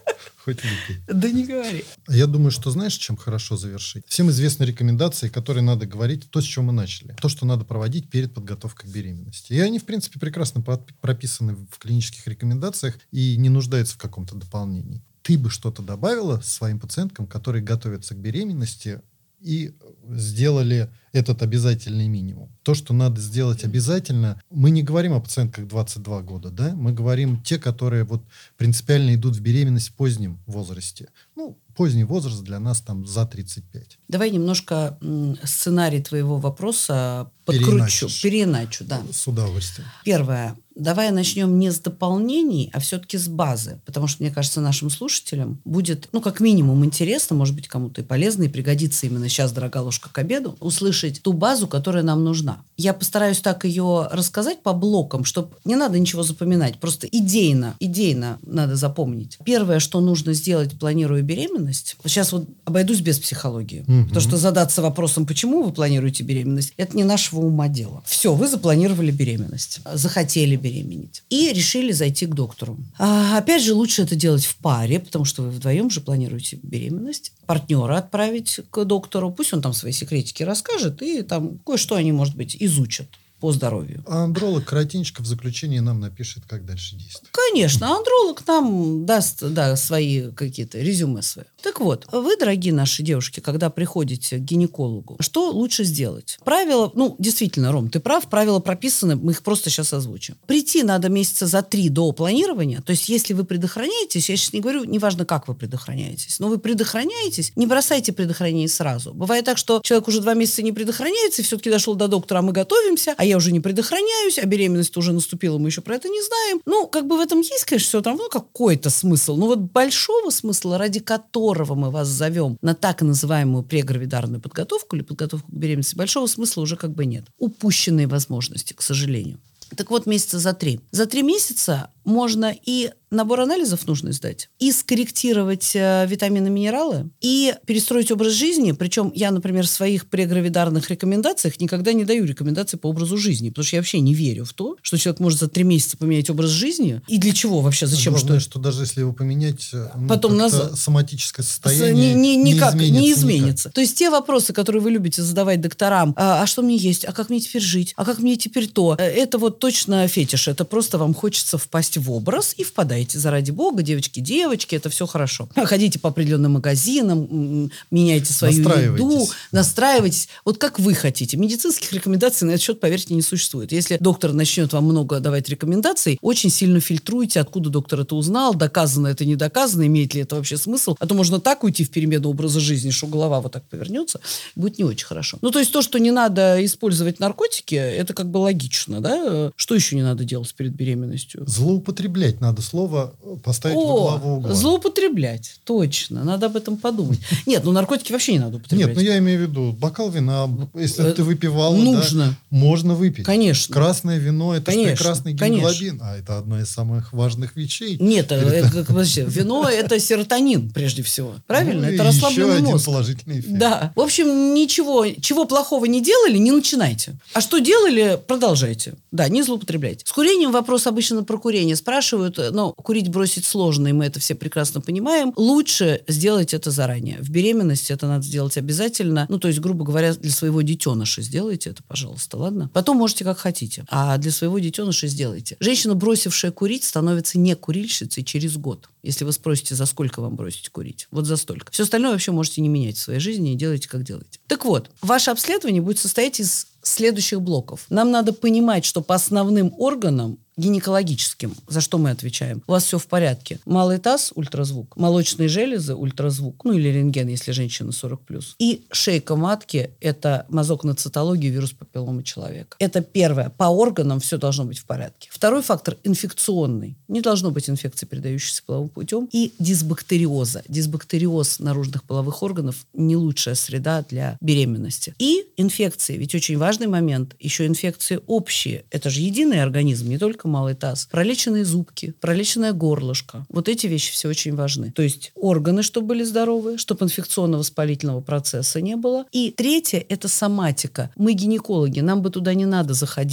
Хоть выпей. Да не говори. Я думаю, что знаешь, чем хорошо завершить? Всем известны рекомендации, которые надо говорить, то, с чего мы начали. То, что надо проводить перед подготовкой к беременности. И они, в принципе, прекрасно прописаны в клинических рекомендациях и не нуждаются в каком-то дополнении. Ты бы что-то добавила своим пациенткам, которые готовятся к беременности и сделали этот обязательный минимум. То, что надо сделать обязательно, мы не говорим о пациентках двадцать два года, да? Мы говорим те, которые вот принципиально идут в беременность в позднем возрасте. Ну, поздний возраст для нас там за тридцать пять. Давай немножко м, сценарий твоего вопроса подкручу. Переиначишь. Переиначу, да. С удовольствием. Первое. Давай начнем не с дополнений, а все-таки с базы. Потому что, мне кажется, нашим слушателям будет, ну, как минимум, интересно, может быть, кому-то и полезно, и пригодится именно сейчас, дорогая ложка, к обеду, услышать ту базу, которая нам нужна. Я постараюсь так ее рассказать по блокам, чтобы не надо ничего запоминать, просто идейно, идейно надо запомнить. Первое, что нужно сделать, планируя беременность, сейчас вот обойдусь без психологии, Угу. потому что задаться вопросом, почему вы планируете беременность, это не нашего ума дело. Все, вы запланировали беременность, захотели беременеть и решили зайти к доктору. А, опять же, лучше это делать в паре, потому что вы вдвоем же планируете беременность. Партнера отправить к доктору, пусть он там свои секретики расскажет, и там кое-что они, может быть, изучат по здоровью. А андролог коротенько в заключении нам напишет, как дальше действовать. Конечно, андролог нам даст, да, свои какие-то резюме свои. Так вот, вы, дорогие наши девушки, когда приходите к гинекологу, что лучше сделать? Правила, ну, действительно, Ром, ты прав, правила прописаны, мы их просто сейчас озвучим. Прийти надо месяца за три до планирования, то есть если вы предохраняетесь, я сейчас не говорю, неважно, как вы предохраняетесь, но вы предохраняетесь, не бросайте предохранение сразу. Бывает так, что человек уже два месяца не предохраняется, и все-таки дошел до доктора, а мы готовимся, а я уже не предохраняюсь, а беременность уже наступила, мы еще про это не знаем. Ну, как бы в этом есть, конечно, все равно какой-то смысл. Но вот большого смысла, ради которого мы вас зовем на так называемую прегравидарную подготовку или подготовку к беременности, большого смысла уже как бы нет. Упущенные возможности, к сожалению. Так вот, месяца за три. За три месяца можно и набор анализов нужно сдать, и скорректировать э, витамины, минералы, и перестроить образ жизни. Причем я, например, в своих прегравидарных рекомендациях никогда не даю рекомендации по образу жизни, потому что я вообще не верю в то, что человек может за три месяца поменять образ жизни. И для чего вообще? Зачем? Главное, что... что даже если его поменять, ну, потом назад соматическое состояние не, не, никак, не изменится. Не изменится. Никак. То есть те вопросы, которые вы любите задавать докторам, а, а что мне есть, а как мне теперь жить, а как мне теперь то, это вот точно фетиш. Это просто вам хочется впасть в образ, и впадаете, заради бога, девочки, девочки, это все хорошо. Ходите по определенным магазинам, меняйте свою еду, настраивайтесь. Вот как вы хотите. Медицинских рекомендаций на этот счет, поверьте, не существует. Если доктор начнет вам много давать рекомендаций, очень сильно фильтруйте, откуда доктор это узнал, доказано это, не доказано, имеет ли это вообще смысл. А то можно так уйти в перемену образа жизни, что голова вот так повернется, будет не очень хорошо. Ну, то есть то, что не надо использовать наркотики, это как бы логично, да? Что еще не надо делать перед беременностью? Злоупотреблять надо слово поставить О, во главу угла. Злоупотреблять, точно, надо об этом подумать. Нет, ну наркотики вообще не надо употреблять. Нет, ну я имею в виду бокал вина, если ты выпивала, нужно. Да, можно выпить. Конечно. Красное вино, это конечно, же прекрасный гемоглобин, а это одна из самых важных вещей. Нет, это, подожди, вино это серотонин прежде всего, правильно? Ну, это расслабленный еще мозг. один положительный эффект. Да, в общем, ничего, чего плохого не делали, не начинайте. А что делали, продолжайте. Да, не злоупотребляйте. С курением вопрос обычно про курение спрашивают, но курить бросить сложно, и мы это все прекрасно понимаем. Лучше сделать это заранее. В беременности это надо сделать обязательно. Ну, то есть, грубо говоря, для своего детеныша сделайте это, пожалуйста, ладно? Потом можете как хотите. А для своего детеныша сделайте. Женщина, бросившая курить, становится не курильщицей через год. Если вы спросите, за сколько вам бросить курить. Вот за столько. Все остальное вообще можете не менять в своей жизни и делайте, как делаете. Так вот, ваше обследование будет состоять из следующих блоков. Нам надо понимать, что по основным органам гинекологическим, за что мы отвечаем, у вас все в порядке. Малый таз – ультразвук, молочные железы – ультразвук, ну или рентген, если женщина сорок плюс. И шейка матки – это мазок на цитологию, вирус папилломы человека. Это первое. По органам все должно быть в порядке. Второй фактор – инфекционный. Не должно быть инфекции, передающейся половым путем. И дисбактериоза. Дисбактериоз наружных половых органов – не лучшая среда для беременности. И инфекции. Ведь очень важный момент. Еще инфекции общие. Это же единый организм, не только малый таз, пролеченные зубки, пролеченное горлышко. Вот эти вещи все очень важны. То есть органы, чтобы были здоровы, чтобы инфекционно-воспалительного процесса не было. И третье – это соматика. Мы гинекологи, нам бы туда не надо заходить.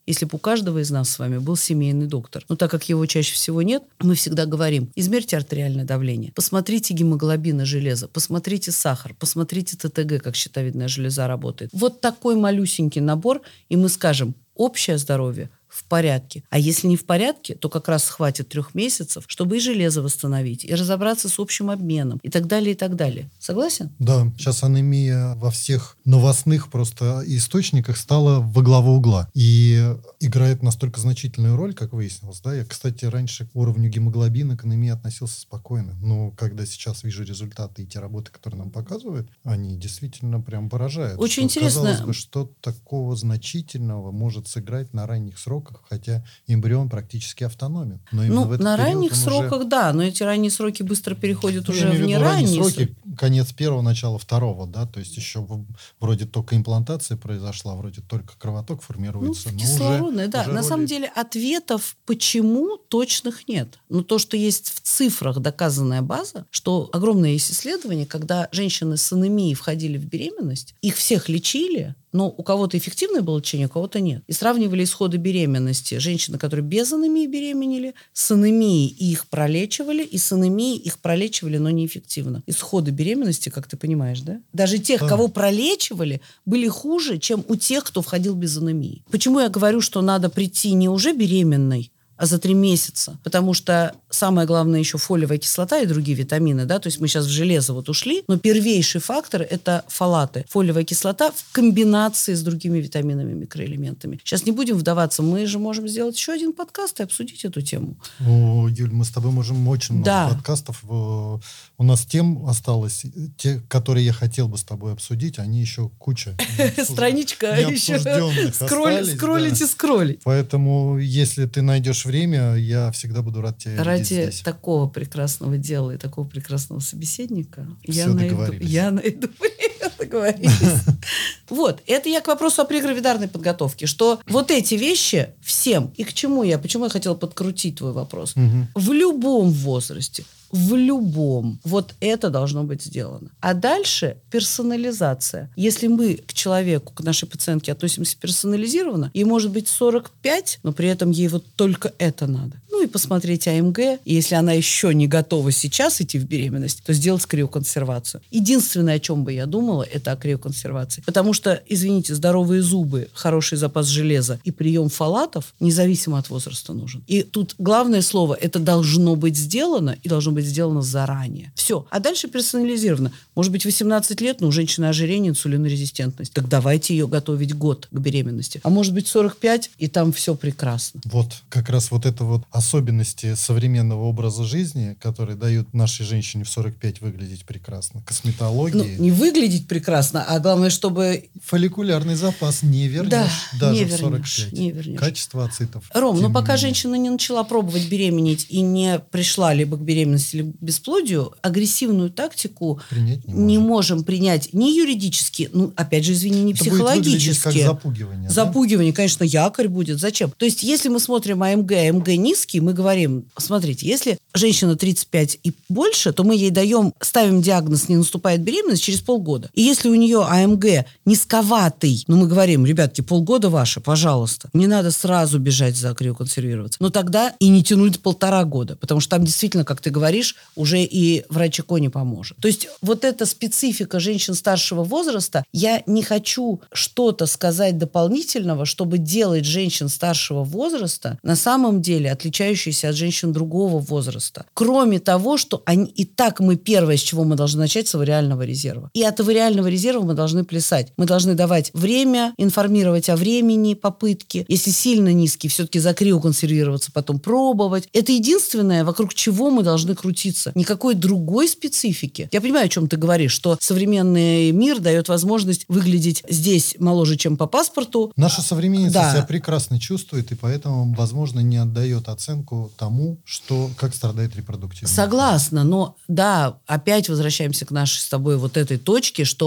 если бы у каждого из нас с вами был семейный доктор. Но так как его чаще всего нет, мы всегда говорим, измерьте артериальное давление, посмотрите гемоглобин и железо, посмотрите сахар, посмотрите ТТГ, как щитовидная железа работает. Вот такой малюсенький набор, и мы скажем, общее здоровье в порядке. А если не в порядке, то как раз хватит трех месяцев, чтобы и железо восстановить, и разобраться с общим обменом, и так далее, и так далее. Согласен? Да, сейчас анемия во всех новостных просто источниках стала во главу угла. И играет настолько значительную роль, как выяснилось. Да? Я, кстати, раньше к уровню гемоглобина к анемии относился спокойно. Но когда сейчас вижу результаты и те работы, которые нам показывают, они действительно прям поражают. Очень что, интересно. Казалось бы, что такого значительного может сыграть на ранних сроках, хотя эмбрион практически автономен. Но ну, в этот на период ранних он сроках, уже... да, но эти ранние сроки быстро переходят Ну, уже я имею в в виду неранние ранние сроки. сроки, конец первого, начало второго, да, то есть еще в, вроде только имплантация произошла, вроде только кровоток формируется. Ну, но кислородная, уже, да. уже На роли... самом деле ответов почему точных нет. Но то, что есть в цифрах доказанная база, что огромное есть исследование, когда женщины с анемией входили в беременность, их всех лечили, но у кого-то эффективное было лечение, у кого-то нет. И сравнивали исходы беременности. Женщины, которые без анемии беременели, с анемией их пролечивали, и с анемией их пролечивали, но неэффективно. Исходы беременности, как ты понимаешь, да? Даже тех, Да. кого пролечивали, были хуже, чем у тех, кто входил без анемии. Почему я говорю, что надо прийти не уже беременной, а за три месяца. Потому что самое главное еще фолиевая кислота и другие витамины, да, то есть мы сейчас в железо вот ушли, но первейший фактор – это фолаты. Фолиевая кислота в комбинации с другими витаминами, микроэлементами. Сейчас не будем вдаваться, мы же можем сделать еще один подкаст и обсудить эту тему. О, Юль, мы с тобой можем очень много Да. подкастов. У нас тем осталось, те, которые я хотел бы с тобой обсудить, они еще куча. Страничка еще необсужденных остались, скроллить да. и скроллить. Поэтому, если ты найдешь время, я всегда буду рад тебя видеть Ради здесь. такого прекрасного дела и такого прекрасного собеседника Все я найду, договорились. я найду время, договорились. Вот, это я к вопросу о прегравидарной подготовке, что вот эти вещи всем, и к чему я, почему я хотела подкрутить твой вопрос, Мгм. в любом возрасте, в любом. Вот это должно быть сделано. А дальше персонализация. Если мы к человеку, к нашей пациентке относимся персонализированно, ей может быть сорок пять, но при этом ей вот только это надо. Ну и посмотреть АМГ. И если она еще не готова сейчас идти в беременность, то сделать криоконсервацию. Единственное, о чем бы я думала, это о криоконсервации. Потому что, извините, здоровые зубы, хороший запас железа и прием фолатов независимо от возраста нужен. И тут главное слово – это должно быть сделано и должно быть сделано заранее. Все. А дальше персонализировано. Может быть, восемнадцать лет, но у женщины ожирение, инсулинорезистентность. Так давайте ее готовить год к беременности. А может быть, сорок пять, и там все прекрасно. Вот, как раз вот это вот особенности современного образа жизни, которые дают нашей женщине в сорок пять выглядеть прекрасно. Ну, Косметологии. не выглядеть прекрасно, а главное, чтобы... Фолликулярный запас не вернешь Да, даже не в сорок вернешь, пять. не вернешь. Качество ацитов. Ром, тем но не пока менее. женщина не начала пробовать беременеть и не пришла либо к беременности, либо к бесплодию, агрессивную тактику Принять не не можем. можем принять ни юридически, ну, опять же, извини, не Это будет выглядеть психологически. как запугивание. да? Запугивание, конечно, якорь будет. Зачем? То есть, если мы смотрим АМГ, АМГ низкий, мы говорим, смотрите, если женщина тридцать пять и больше, то мы ей даем, ставим диагноз, не наступает беременность через полгода. И если у нее АМГ низковатый, ну, мы говорим, ребятки, полгода ваше, пожалуйста. Не надо сразу бежать за криоконсервироваться. Но тогда и не тянуть полтора года, потому что там действительно, как ты говоришь, уже и врач ЭКО не поможет. То есть вот эта специфика женщин старшего возраста, я не хочу что-то сказать дополнительного, чтобы делать женщин старшего возраста на самом деле отличающиеся от женщин другого возраста. Кроме того, что они, и так мы первое, с чего мы должны начать, с авариального резерва. И от авариального резерва мы должны плясать. Мы должны давать время, информировать о времени попытки. Если сильно низкий, все-таки закриоконсервироваться, потом пробовать. Это единственное, вокруг чего мы должны крутиться. Никакой другой специфики. Я понимаю, о чем ты говоришь, что современный мир дает возможность выглядеть здесь моложе, чем по паспорту. Наша современница Да. себя прекрасно чувствует и поэтому, возможно, не отдает оценку тому, что, как страдает репродуктивная. Согласна, но да, опять возвращаемся к нашей с тобой вот этой точке, что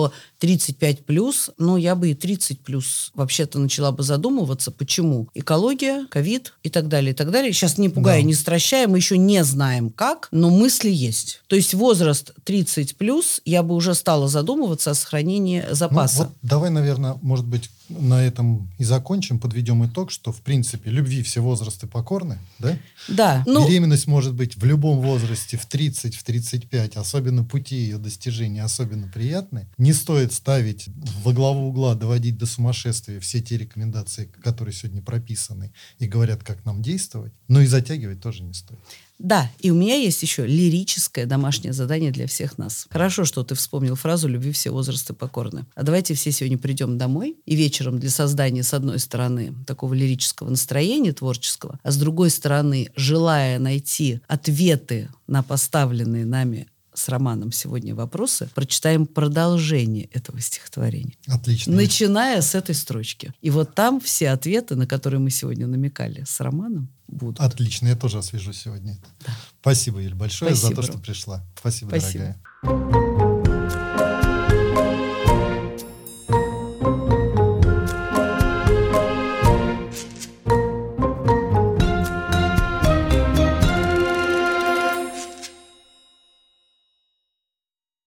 что тридцать пять плюс, ну, я бы и тридцать плюс вообще-то начала бы задумываться, почему. Экология, ковид и так далее, и так далее. Сейчас не пугая, Да. не стращая, мы еще не знаем как, но мысли есть. То есть возраст тридцать плюс, я бы уже стала задумываться о сохранении запаса. Ну, вот давай, наверное, может быть, на этом и закончим, подведем итог, что, в принципе, любви все возрасты покорны, да? Да. Ну, Беременность может быть в любом возрасте, в тридцать, в тридцать пять, особенно пути ее достижения особенно приятны. Не стоит ставить во главу угла, доводить до сумасшествия все те рекомендации, которые сегодня прописаны и говорят, как нам действовать, но и затягивать тоже не стоит. да, и у меня есть еще лирическое домашнее задание для всех нас. Хорошо, что ты вспомнил фразу «любви все возрасты покорны». А давайте все сегодня придем домой и вечером для создания, с одной стороны, такого лирического настроения творческого, а с другой стороны, желая найти ответы на поставленные нами с Романом сегодня вопросы, прочитаем продолжение этого стихотворения. Отлично. Начиная с этой строчки. И вот там все ответы, на которые мы сегодня намекали с Романом, будут. Отлично, я тоже освежу сегодня это. Да. Спасибо, Юль, большое Спасибо, за то, что Ром. пришла. Спасибо, Спасибо. дорогая.